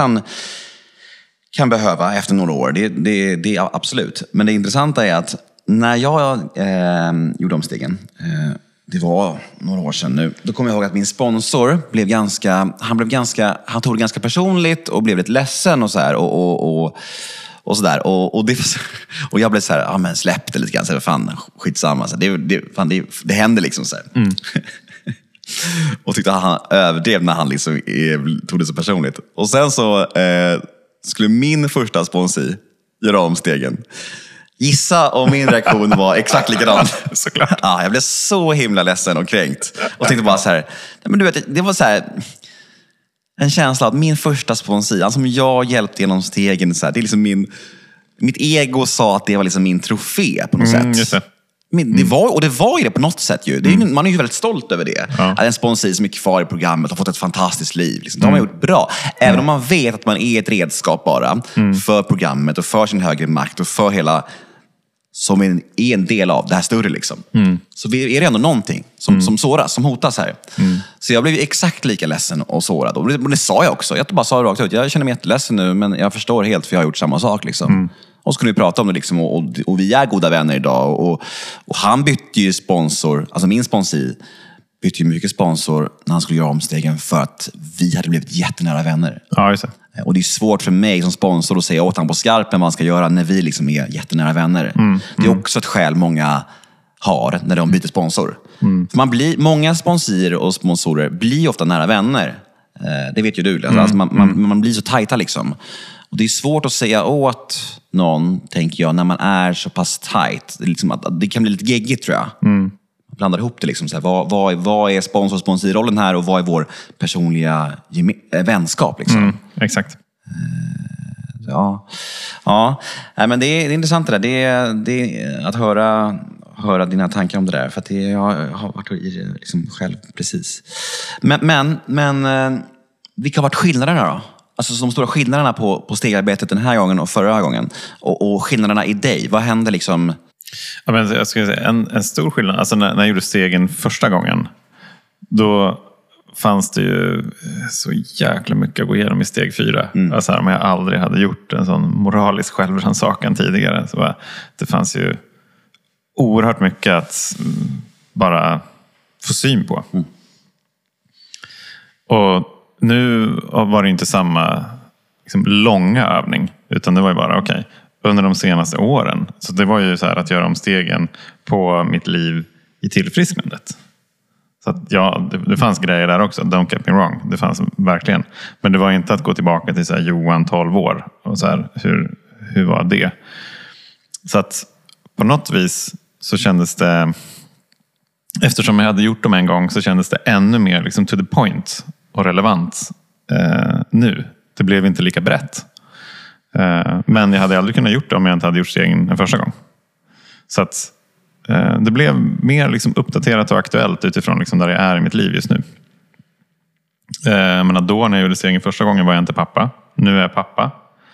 kan behöva efter några år. Det är absolut. Men det intressanta är att när jag gjorde omstegen, det var några år sedan nu, då kommer jag ihåg att min sponsor han tog det ganska personligt och blev lite ledsen och så här och sådär. Och jag blev så här, men släppte lite grann. Så fan, skitsamma. Så det hände liksom så här. Och tyckte att han överdrev när han liksom tog det så personligt. Och sen så skulle min första sponsor göra om stegen. Gissa om min reaktion var exakt likadan. Såklart. Ja, jag blev så himla ledsen och kränkt. Och tänkte bara så här, men du vet, det var så här en känsla att min första sponsor, han som jag hjälpte genom stegen, så här, det är liksom mitt ego sa att det var liksom min trofé på något sätt. Just det. Men det var ju det på något sätt ju. Man är ju väldigt stolt över det. Ja. Att en sponsor som är kvar i programmet har fått ett fantastiskt liv. Liksom. Det har man gjort bra. Även om man vet att man är ett redskap bara för programmet och för sin högre makt och för hela, som är en del av det här större liksom. Så är det ändå någonting som såras, som hotas här. Så jag blev exakt lika ledsen och sårad. Och det sa jag också. Jag bara sa rakt ut, jag känner mig jätteledsen nu, men jag förstår helt för jag har gjort samma sak liksom. Och så kunde vi prata om det liksom, och vi är goda vänner idag. Och han bytte ju sponsor, alltså min sponsor bytte ju mycket sponsor när han skulle göra omstegen för att vi hade blivit jättenära vänner. Ja, just det. Och det är svårt för mig som sponsor att säga åt han på skarpen vad han ska göra när vi liksom är jättenära vänner. Det är också ett skäl många har när de byter sponsor. För många sponsorer och sponsorer blir ofta nära vänner. Det vet ju du. Alltså man blir så tajta liksom. Och det är svårt att säga åt någon, tänker jag, när man är så pass tajt. Det kan bli lite geggigt, tror jag. Man blandar ihop det liksom. Så här, vad är sponsorrollen här och vad är vår personliga vänskap liksom. Exakt. Ja. Men det är intressant det där. Det är att höra dina tankar om det där. För att jag har varit i det liksom själv precis. Men vilka har varit skillnaderna då? Alltså de stora skillnaderna på stegarbetet den här gången och förra gången. Och skillnaderna i dig. Vad hände liksom? Ja, men jag skulle säga en stor skillnad. Alltså när jag gjorde stegen första gången. Då fanns det ju så jäkla mycket att gå igenom i steg 4. Alltså om jag aldrig hade gjort en sån moralisk självrannsakan tidigare. Så det fanns ju oerhört mycket att bara få syn på. Och nu var det inte samma liksom, långa övning. Utan det var ju bara okej. Under de senaste åren. Så det var ju så här att göra om stegen på mitt liv i tillfrisknandet. Så att ja, det fanns grejer där också. Don't get me wrong. Det fanns verkligen. Men det var inte att gå tillbaka till så här, Johan 12 år. Och så här, hur var det? Så att på något vis så kändes det... Eftersom jag hade gjort dem en gång så kändes det ännu mer liksom, to the point och relevant nu. Det blev inte lika brett. Men jag hade aldrig kunnat gjort det om jag inte hade gjort stegen en första gång. Så att det blev mer liksom uppdaterat och aktuellt utifrån liksom där jag är i mitt liv just nu. Men då när jag gjorde stegen första gången var jag inte pappa. Nu är jag pappa.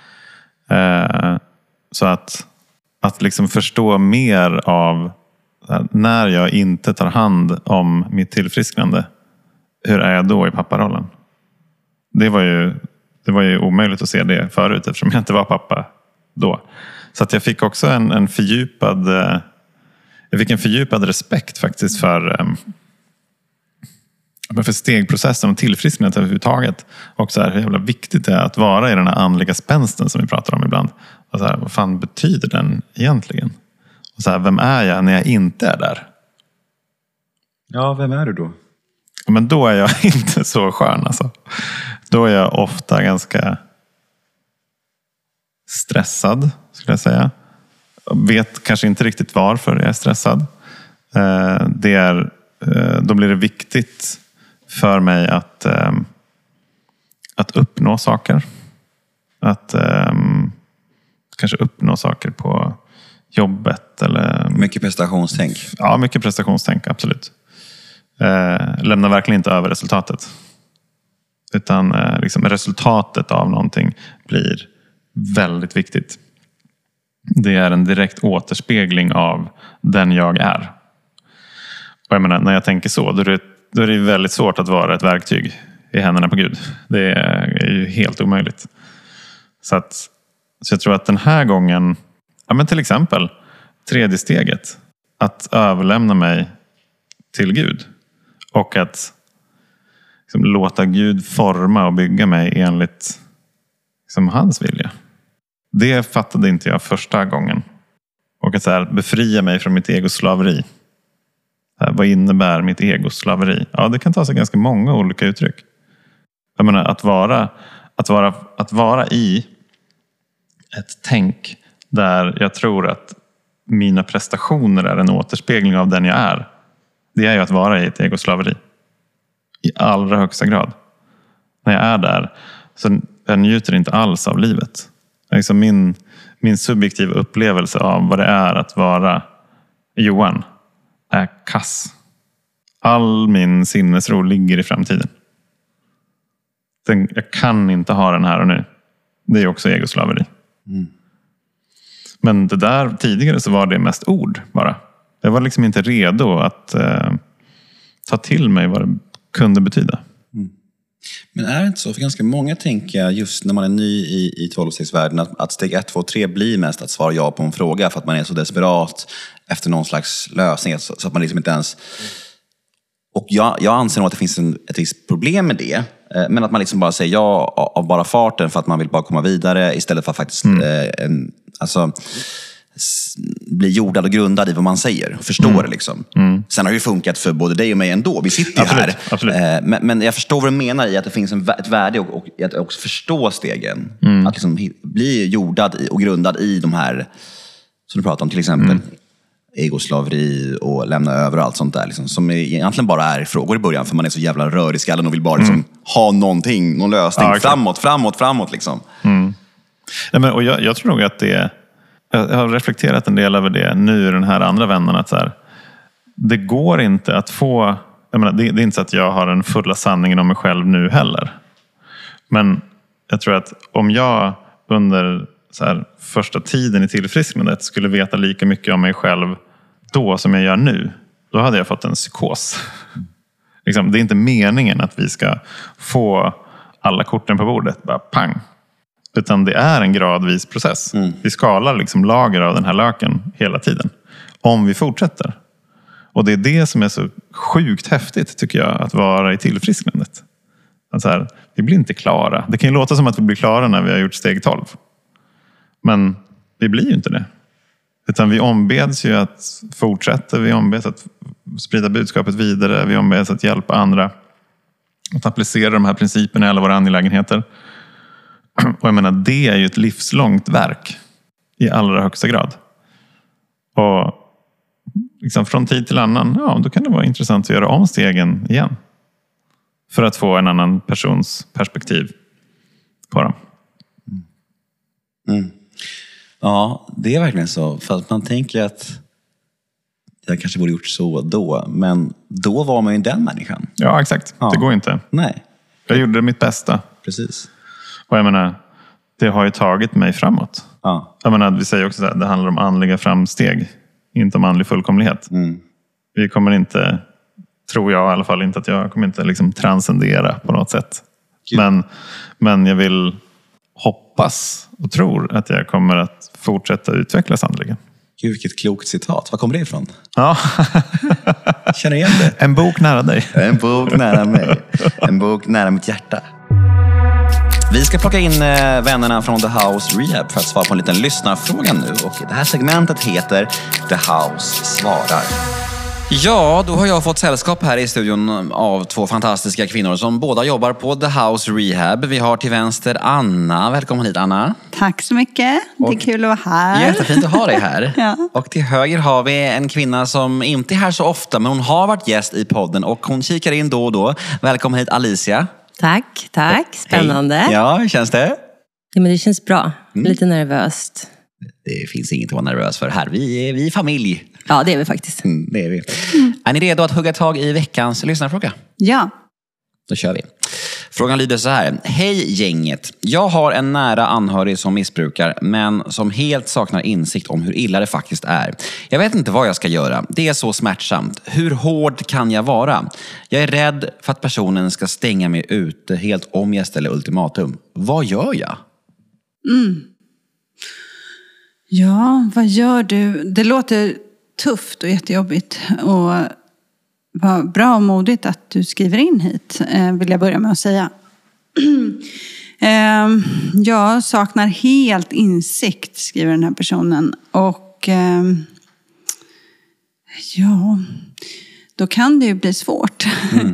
Så att liksom förstå mer av när jag inte tar hand om mitt tillfrisknande. Hur är jag då i papparollen? Det var ju omöjligt att se det förut eftersom jag inte var pappa då. Så att jag fick också en fördjupad respekt faktiskt för stegprocessen och tillfrisknandet överhuvudtaget. Och så här, hur jävla viktigt det är att vara i den här andliga spänsten som vi pratar om ibland. Och så här, vad fan betyder den egentligen? Och så här, vem är jag när jag inte är där? Ja, vem är du då? Men då är jag inte så skön alltså. Då är jag ofta ganska stressad, skulle jag säga. Jag vet kanske inte riktigt varför jag är stressad. Då blir det viktigt för mig att uppnå saker. Att kanske uppnå saker på jobbet. Eller... Mycket prestationstänk. Ja, mycket prestationstänk, absolut. Lämnar verkligen inte över resultatet. Utan liksom resultatet av någonting blir väldigt viktigt. Det är en direkt återspegling av den jag är. Och jag menar, när jag tänker så, då är det väldigt svårt att vara ett verktyg i händerna på Gud. Det är ju helt omöjligt. Så jag tror att den här gången, ja men till exempel, 3:e steget, att överlämna mig till Gud. Och att liksom, låta Gud forma och bygga mig enligt liksom, hans vilja. Det fattade inte jag första gången. Och att så här, befria mig från mitt egoslaveri. Vad innebär mitt egoslaveri? Ja, det kan ta sig ganska många olika uttryck. Jag menar, att vara i ett tänk där jag tror att mina prestationer är en återspegling av den jag är. Det är ju att vara i ett egoslaveri. I allra högsta grad. När jag är där så jag njuter inte alls av livet. Liksom min subjektiva upplevelse av vad det är att vara Johan är kass. All min sinnesro ligger i framtiden. Jag kan inte ha den här och nu. Det är också egoslaveri. Men det där tidigare så var det mest ord bara. Jag var liksom inte redo att ta till mig vad det kunde betyda. Men är det inte så? För ganska många tänker just när man är ny i 12-stegsvärlden att steg 1, 2, 3 blir mest att svara ja på en fråga för att man är så desperat efter någon slags lösning så att man liksom inte ens... Och jag anser nog att det finns ett visst problem med det. Men att man liksom bara säger ja av bara farten för att man vill bara komma vidare istället för att faktiskt bli jordad och grundad i vad man säger. Förstår det liksom. Sen har det ju funkat för både dig och mig ändå. Vi sitter ju här. Absolut. Men jag förstår vad du menar i att det finns ett värde och att också förstå stegen. Att liksom bli jordad och grundad i de här som du pratar om till exempel. Egoslaveri och lämna över och allt sånt där liksom, som egentligen bara är frågor i början för man är så jävla rörig i skallen och vill bara liksom, ha någon lösning framåt liksom. Nej, men, och jag tror nog att jag har reflekterat en del över det nu i den här andra vännen att så här, det går inte att få, jag menar, det är inte så att jag har den fulla sanningen om mig själv nu heller, men jag tror att om jag under så här, första tiden i tillfrisknandet skulle veta lika mycket om mig själv då som jag gör nu, då hade jag fått en psykos. Liksom, det är inte meningen att vi ska få alla korten på bordet, bara pang. Utan det är en gradvis process. Vi skalar liksom lager av den här löken hela tiden. Om vi fortsätter. Och det är det som är så sjukt häftigt tycker jag, att vara i tillfrisknandet. Att så här, vi blir inte klara. Det kan ju låta som att vi blir klara när vi har gjort steg 12. Men vi blir ju inte det. Utan vi ombeds ju att fortsätta. Vi ombeds att sprida budskapet vidare. Vi ombeds att hjälpa andra. Att applicera de här principerna i alla våra angelägenheter. Och jag menar, det är ju ett livslångt verk. I allra högsta grad. Och liksom från tid till annan, ja, då kan det vara intressant att göra om stegen igen. För att få en annan persons perspektiv på dem. Ja, det är verkligen så. För att man tänker att jag kanske borde gjort så då. Men då var man ju den människan. Ja, exakt. Ja. Det går inte. Nej. Jag gjorde mitt bästa. Precis. Och jag menar, det har ju tagit mig framåt. Ja. Jag menar, vi säger också att det handlar om andliga framsteg. Inte om andlig fullkomlighet. Vi kommer inte, tror jag i alla fall inte, att jag kommer inte liksom transcendera på något sätt. Men jag vill hoppas och tror att jag kommer att fortsätta utvecklas andligen. Gud, vilket klokt citat. Var kommer det ifrån? Ja. Känner igen det? En bok nära dig. En bok nära mig. En bok nära mitt hjärta. Vi ska plocka in vännerna från The House Rehab för att svara på en liten lyssnarfråga nu. Och det här segmentet heter The House svarar. Ja, då har jag fått sällskap här i studion av 2 fantastiska kvinnor som båda jobbar på The House Rehab. Vi har till vänster Anna. Välkommen hit, Anna. Tack så mycket. Det är kul att vara här. Jättefint att ha dig här. Ja. Och till höger har vi en kvinna som inte är här så ofta, men hon har varit gäst i podden och hon kikar in då och då. Välkommen hit, Alicia. Tack. Spännande. Hej. Ja, hur känns det? Ja, men det känns bra. Lite nervöst. Det finns inget att vara nervös för här. Vi är familj. Ja, det är vi faktiskt. Det är vi. Är ni redo att hugga tag i veckans lyssnarfråga? Ja. Då kör vi. Frågan lyder så här. Hej gänget. Jag har en nära anhörig som missbrukar, men som helt saknar insikt om hur illa det faktiskt är. Jag vet inte vad jag ska göra. Det är så smärtsamt. Hur hård kan jag vara? Jag är rädd för att personen ska stänga mig ute helt om jag ställer ultimatum. Vad gör jag? Ja, vad gör du? Det låter tufft och jättejobbigt. Och vad bra och modigt att du skriver in hit, vill jag börja med att säga. Jag saknar helt insikt, skriver den här personen. Och ja, då kan det ju bli svårt.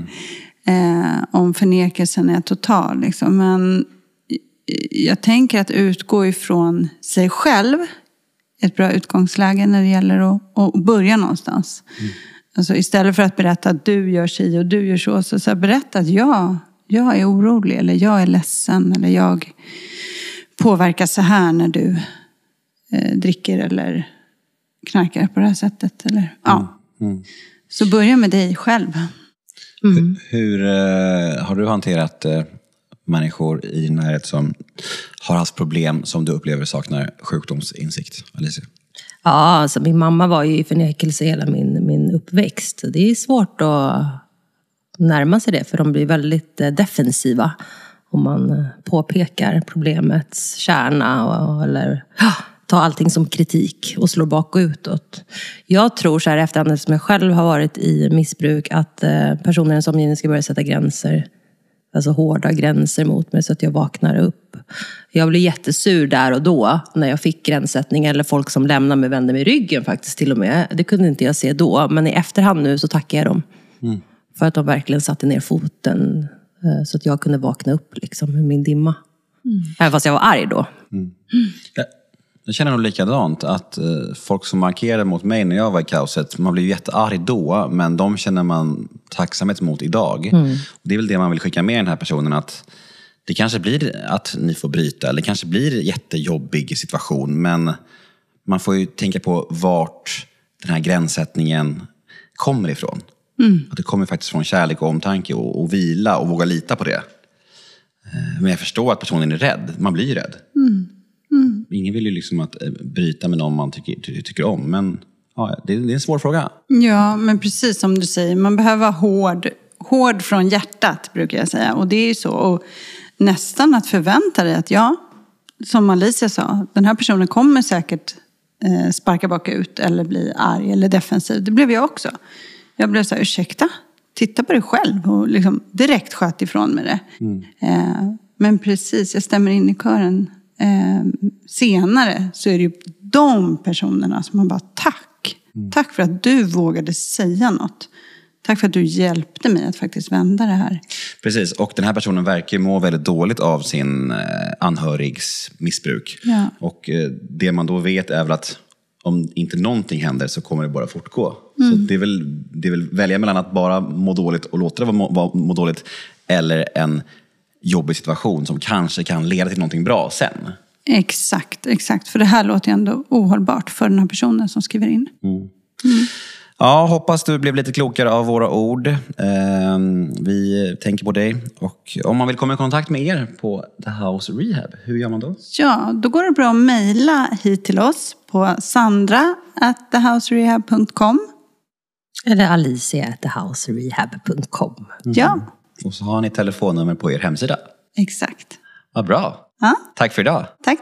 Om förnekelsen är total. Liksom. Men jag tänker att utgå ifrån sig själv. Ett bra utgångsläge när det gäller att börja någonstans. Alltså istället för att berätta att du gör si och du gör så berätta att jag är orolig eller jag är ledsen eller jag påverkas så här när du dricker eller knarkar på det här sättet. Eller, ja. Så börja med dig själv. Hur har du hanterat människor i närhet som har haft problem som du upplever saknar sjukdomsinsikt, Alicia? Ja, alltså min mamma var ju i förnekelse hela min uppväxt. Det är svårt att närma sig det, för de blir väldigt defensiva om man påpekar problemets kärna eller tar allting som kritik och slår bak och utåt. Jag tror så här efterhand, som jag själv har varit i missbruk, att personer i ens omgivning ska börja sätta gränser. Alltså hårda gränser mot mig så att jag vaknar upp. Jag blev jättesur där och då när jag fick gränssättning, eller folk som lämnade mig, vände mig ryggen faktiskt till och med. Det kunde inte jag se då, men i efterhand nu så tackar jag dem. För att de verkligen satte ner foten så att jag kunde vakna upp liksom med min dimma. Även fast jag var arg då. Jag känner nog likadant, att folk som markerade mot mig när jag var i kaoset, man blev jättearg då, men de känner man tacksamhet mot idag. Och det är väl det man vill skicka med den här personen, att det kanske blir att ni får bryta, eller kanske blir en jättejobbig situation, men man får ju tänka på vart den här gränssättningen kommer ifrån. Att det kommer faktiskt från kärlek och omtanke och vila och våga lita på det. Men jag förstår att personen är rädd, man blir ju rädd. Ingen vill ju liksom att bryta med någon man tycker om. Men ja, det är en svår fråga. Ja, men precis som du säger. Man behöver vara hård från hjärtat, brukar jag säga. Och det är ju så. Och nästan att förvänta dig att som Alicia sa, den här personen kommer säkert sparka bakut eller bli arg eller defensiv. Det blev jag också. Jag blev så här, ursäkta, titta på dig själv. Och liksom direkt sköt ifrån med det. Men precis, jag stämmer in i kören. Senare så är det ju de personerna som man bara tack för att du vågade säga något, tack för att du hjälpte mig att faktiskt vända det här. Precis, och den här personen verkar må väldigt dåligt av sin anhörigs missbruk. Och det man då vet är väl att om inte någonting händer så kommer det bara fortgå. Så det är väl välja mellan att bara må dåligt och låta det må dåligt, eller en jobbig situation som kanske kan leda till någonting bra sen. Exakt. För det här låter ju ändå ohållbart för den här personen som skriver in. Ja, hoppas du blev lite klokare av våra ord. Vi tänker på dig. Och om man vill komma i kontakt med er på The House Rehab, hur gör man då? Ja, då går det bra att mejla hit till oss på sandra@thehouserehab.com eller alicia@thehouserehab.com. Ja. Och så har ni telefonnummer på er hemsida. Exakt. Vad bra. Ja. Tack för idag. Tack.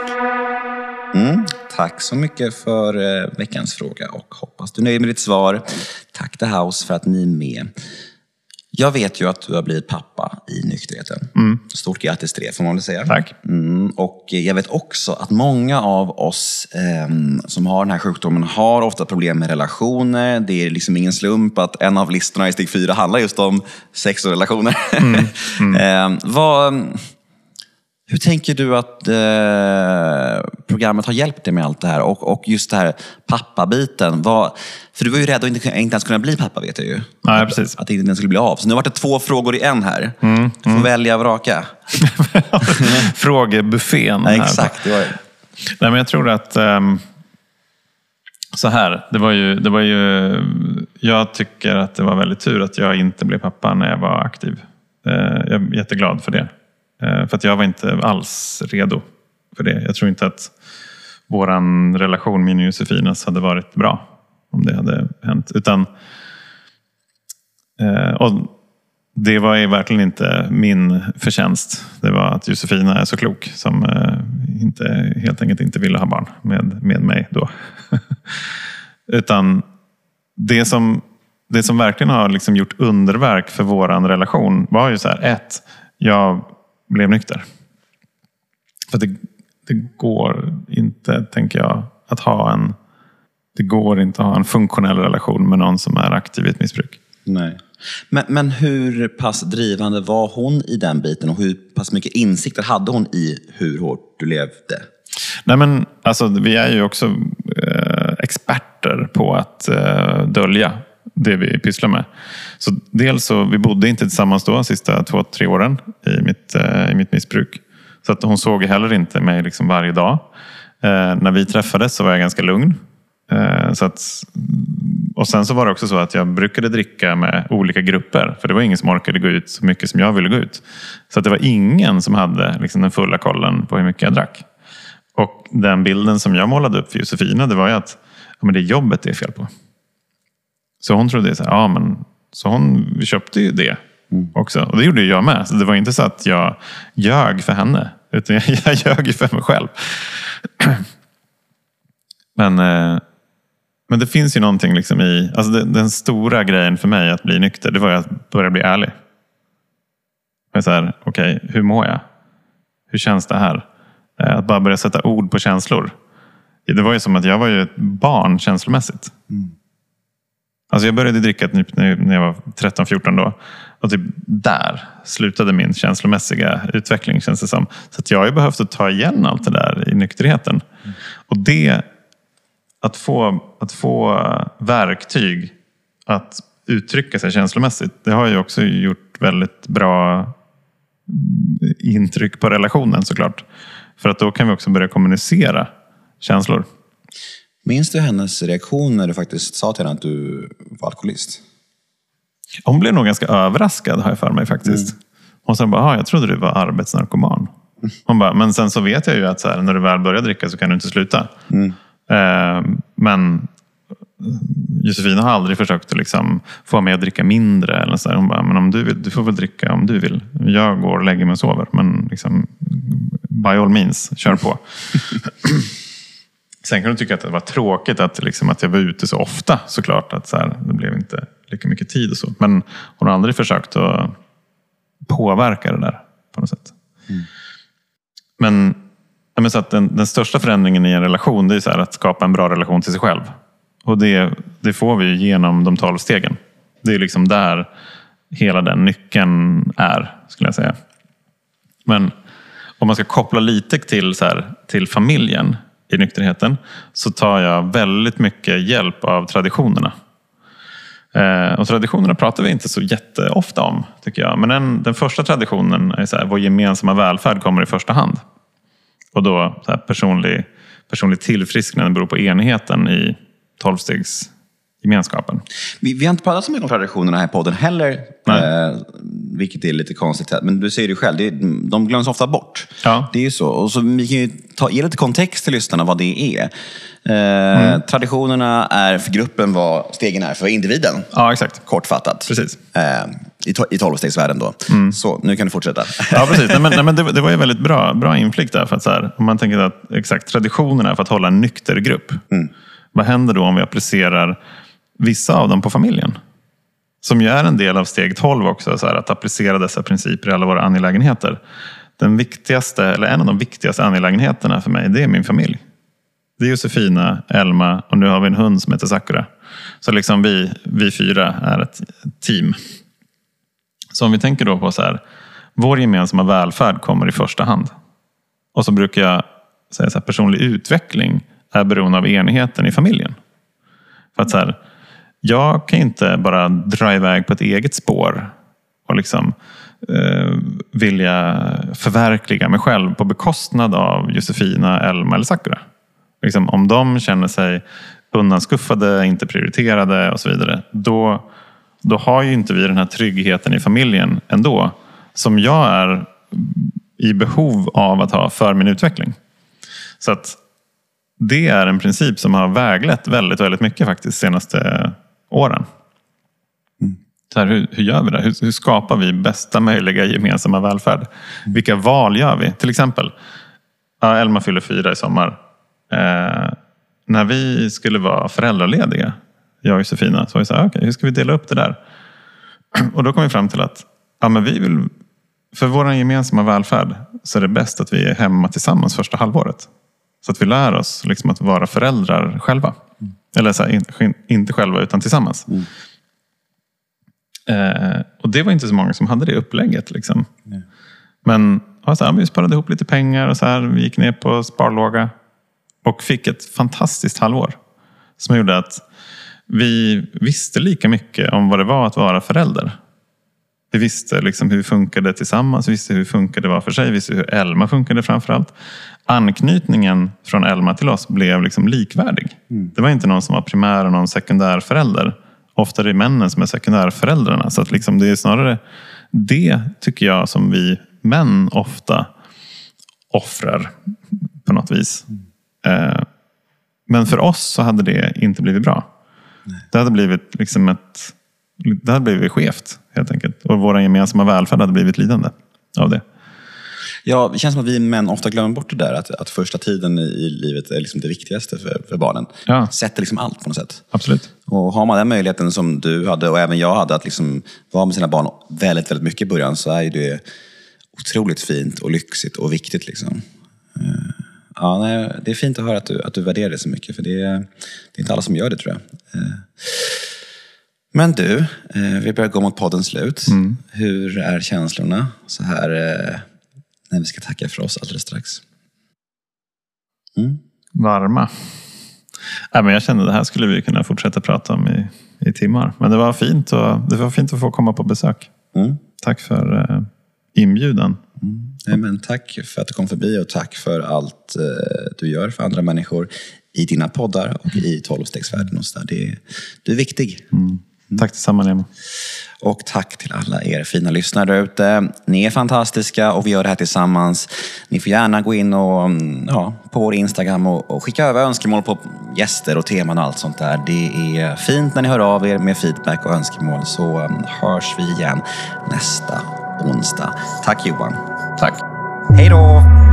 Tack så mycket för veckans fråga, och hoppas du är nöjd med ditt svar. Tack The House för att ni är med. Jag vet ju att du har blivit pappa i nykterheten. Stort grattis till det, får man väl säga. Tack. Och jag vet också att många av oss som har den här sjukdomen har ofta problem med relationer. Det är liksom ingen slump att en av listorna i steg 4 handlar just om sex och relationer. Hur tänker du att programmet har hjälpt dig med allt det här? Och just det här pappabiten. För du var ju rädd att inte ens kunna bli pappa, vet jag ju. Nej, precis. Att det inte skulle bli av. Så nu har det 2 frågor i en här. Du får välja och vraka. Frågebuffén. Ja, exakt, det var det. Nej, men jag tror att så här, det var ju jag tycker att det var väldigt tur att jag inte blev pappa när jag var aktiv. Jag är jätteglad för det. För att jag var inte alls redo för det. Jag tror inte att våran relation, min och Josefinas, hade varit bra om det hade hänt. Utan och det var ju verkligen inte min förtjänst. Det var att Josefina är så klok som helt enkelt inte ville ha barn med mig då. Utan det som verkligen har liksom gjort underverk för våran relation var ju så här: jag blev nykter. För det går inte, tänker jag, att ha en funktionell relation med någon som är aktiv i ett missbruk. Nej. Men hur pass drivande var hon i den biten, och hur pass mycket insikter hade hon i hur hårt du levde? Nej, men alltså, vi är ju också experter på att dölja det vi pysslar med. Så dels så, vi bodde inte tillsammans då sista 2-3 åren i mitt missbruk. Så att hon såg heller inte mig liksom varje dag. När vi träffades så var jag ganska lugn. Så att Och sen så var det också så att jag brukade dricka med olika grupper. För det var ingen som orkade gå ut så mycket som jag ville gå ut. Så att det var ingen som hade liksom den fulla kollen på hur mycket jag drack. Och den bilden som jag målade upp för Josefina, det var ju att men det är jobbet det är fel på. Så hon trodde så här, vi köpte ju det också. Och det gjorde jag med. Så det var inte så att jag ljög för henne. Utan jag ljög ju för mig själv. Men det finns ju någonting liksom i... Alltså den stora grejen för mig att bli nykter, det var ju att börja bli ärlig. Så här, okej, hur mår jag? Hur känns det här? Att bara börja sätta ord på känslor. Det var ju som att jag var ju ett barn känslomässigt. Alltså jag började dricka typ när jag var 13-14 då. Och typ där slutade min känslomässiga utveckling, känns det som. Så att jag har ju behövt att ta igen allt det där i nykterheten. Och det... Att få verktyg att uttrycka sig känslomässigt, det har ju också gjort väldigt bra intryck på relationen såklart. För att då kan vi också börja kommunicera känslor. Minns du hennes reaktion när du faktiskt sa till henne att du var alkoholist? Hon blev nog ganska överraskad, har jag för mig faktiskt. Hon sa bara, jag trodde du var arbetsnarkoman. Hon bara, men sen så vet jag ju att så här, när du väl börjar dricka så kan du inte sluta. Men Josefina har aldrig försökt att liksom få mig att dricka mindre eller så här. Hon bara, men om du vill, du får väl dricka om du vill. Jag går och lägger mig och sover, men liksom, by all means, kör på. Sen kan du tycka att det var tråkigt att jag var ute så ofta, såklart, att så här, det blev inte lika mycket tid och så. Men hon har aldrig försökt att påverka det där på något sätt. Men så att den största förändringen i en relation, det är så här att skapa en bra relation till sig själv. Och det får vi genom de 12 stegen. Det är liksom där hela den nyckeln är, skulle jag säga. Men om man ska koppla lite till familjen i nykterheten, så tar jag väldigt mycket hjälp av traditionerna. Och traditionerna pratar vi inte så jätteofta om, tycker jag. Men den första traditionen är så här, vår gemensamma välfärd kommer i första hand. Och då så här, personlig tillfrisknande beror på enigheten i 12-stegsgemenskapen. Vi har inte pratat så mycket om traditionerna här i podden heller. Vilket är lite konstigt. Men du säger det själv, de glöms ofta bort. Ja. Det är ju så. Och så vi kan ju ge lite kontext till lyssnarna vad det är. Traditionerna är för gruppen vad stegen är för individen. Ja, exakt. Kortfattat. Precis. I 12-stegsvärlden då. Så, nu kan du fortsätta. Ja, precis. Men det var ju väldigt bra inflick där. För att så här, om man tänker att exakt traditionerna för att hålla en nykter grupp. Vad händer då om vi applicerar vissa av dem på familjen? Som ju är en del av steg 12 också. Så här, att applicera dessa principer i alla våra angelägenheter. Den viktigaste, eller en av de viktigaste angelägenheterna för mig, det är min familj. Det är Josefina, Elma och nu har vi en hund som heter Sakura. Så liksom vi 4 är ett team. Så om vi tänker då på så här, vår gemensamma välfärd kommer i första hand. Och så brukar jag säga så här, personlig utveckling är beroende av enigheten i familjen. För att så här, jag kan inte bara dra iväg på ett eget spår och liksom vilja förverkliga mig själv på bekostnad av Josefina, Elma eller Sakura. Liksom, om de känner sig undanskuffade, inte prioriterade och så vidare, då har ju inte vi den här tryggheten i familjen ändå, som jag är i behov av att ha för min utveckling. Så att det är en princip som har väglett väldigt, väldigt mycket faktiskt senaste åren. Så här, hur gör vi det? Hur skapar vi bästa möjliga gemensamma välfärd? Vilka val gör vi? Till exempel, Elma fyller 4 i sommar. När vi skulle vara föräldralediga, jag och Josefina, så var vi så här, okej, hur ska vi dela upp det där? Och då kom vi fram till att men vi vill, för vår gemensamma välfärd så är det bäst att vi är hemma tillsammans första halvåret. Så att vi lär oss liksom att vara föräldrar själva. Eller så här, inte själva utan tillsammans. Och det var inte så många som hade det upplägget liksom. Men så här, vi sparade ihop lite pengar och så här, vi gick ner på sparlåga och fick ett fantastiskt halvår som gjorde att vi visste lika mycket om vad det var att vara förälder. Vi visste liksom hur funkade tillsammans, vi visste hur funkade var för sig, vi visste hur Elma funkade framförallt. Anknytningen från Elma till oss blev liksom likvärdig. Det var inte någon som var primär och någon sekundärförälder. Ofta är det männen som är sekundärföräldrarna. Så att liksom det är snarare det, tycker jag, som vi män ofta offrar på något vis. Men för oss så hade det inte blivit bra. Nej. Det hade blivit liksom det hade blivit skevt, helt enkelt. Och vår gemensamma välfärd hade blivit lidande av det. Ja, det känns som att vi män ofta glömmer bort det där. Att första tiden i livet är liksom det viktigaste för barnen. Ja. Sätter liksom allt på något sätt. Absolut. Och har man den möjligheten som du hade och även jag hade att liksom vara med sina barn väldigt, väldigt mycket i början, så är det otroligt fint och lyxigt och viktigt liksom. Ja, nej, det är fint att höra att du värderar det så mycket, för det är inte alla som gör det, tror jag. Men du, vi börjar gå mot poddens slut. Hur är känslorna så här när vi ska tacka för oss alldeles strax? Varma. Men jag kände att det här skulle vi kunna fortsätta prata om i timmar. Men det var fint att få komma på besök. Tack för inbjudan. Men tack för att du kom förbi och tack för allt du gör för andra människor i dina poddar och i 12-stegsvärlden och så där. Du är viktig. Tack detsamma, Nemo. Och tack till alla er fina lyssnare där ute. Ni är fantastiska och vi gör det här tillsammans. Ni får gärna gå in och på vår Instagram och skicka över önskemål på gäster och teman och allt sånt där. Det är fint när ni hör av er med feedback och önskemål, så hörs vi igen nästa onsdag. Tack Johan. Tack. Hej då!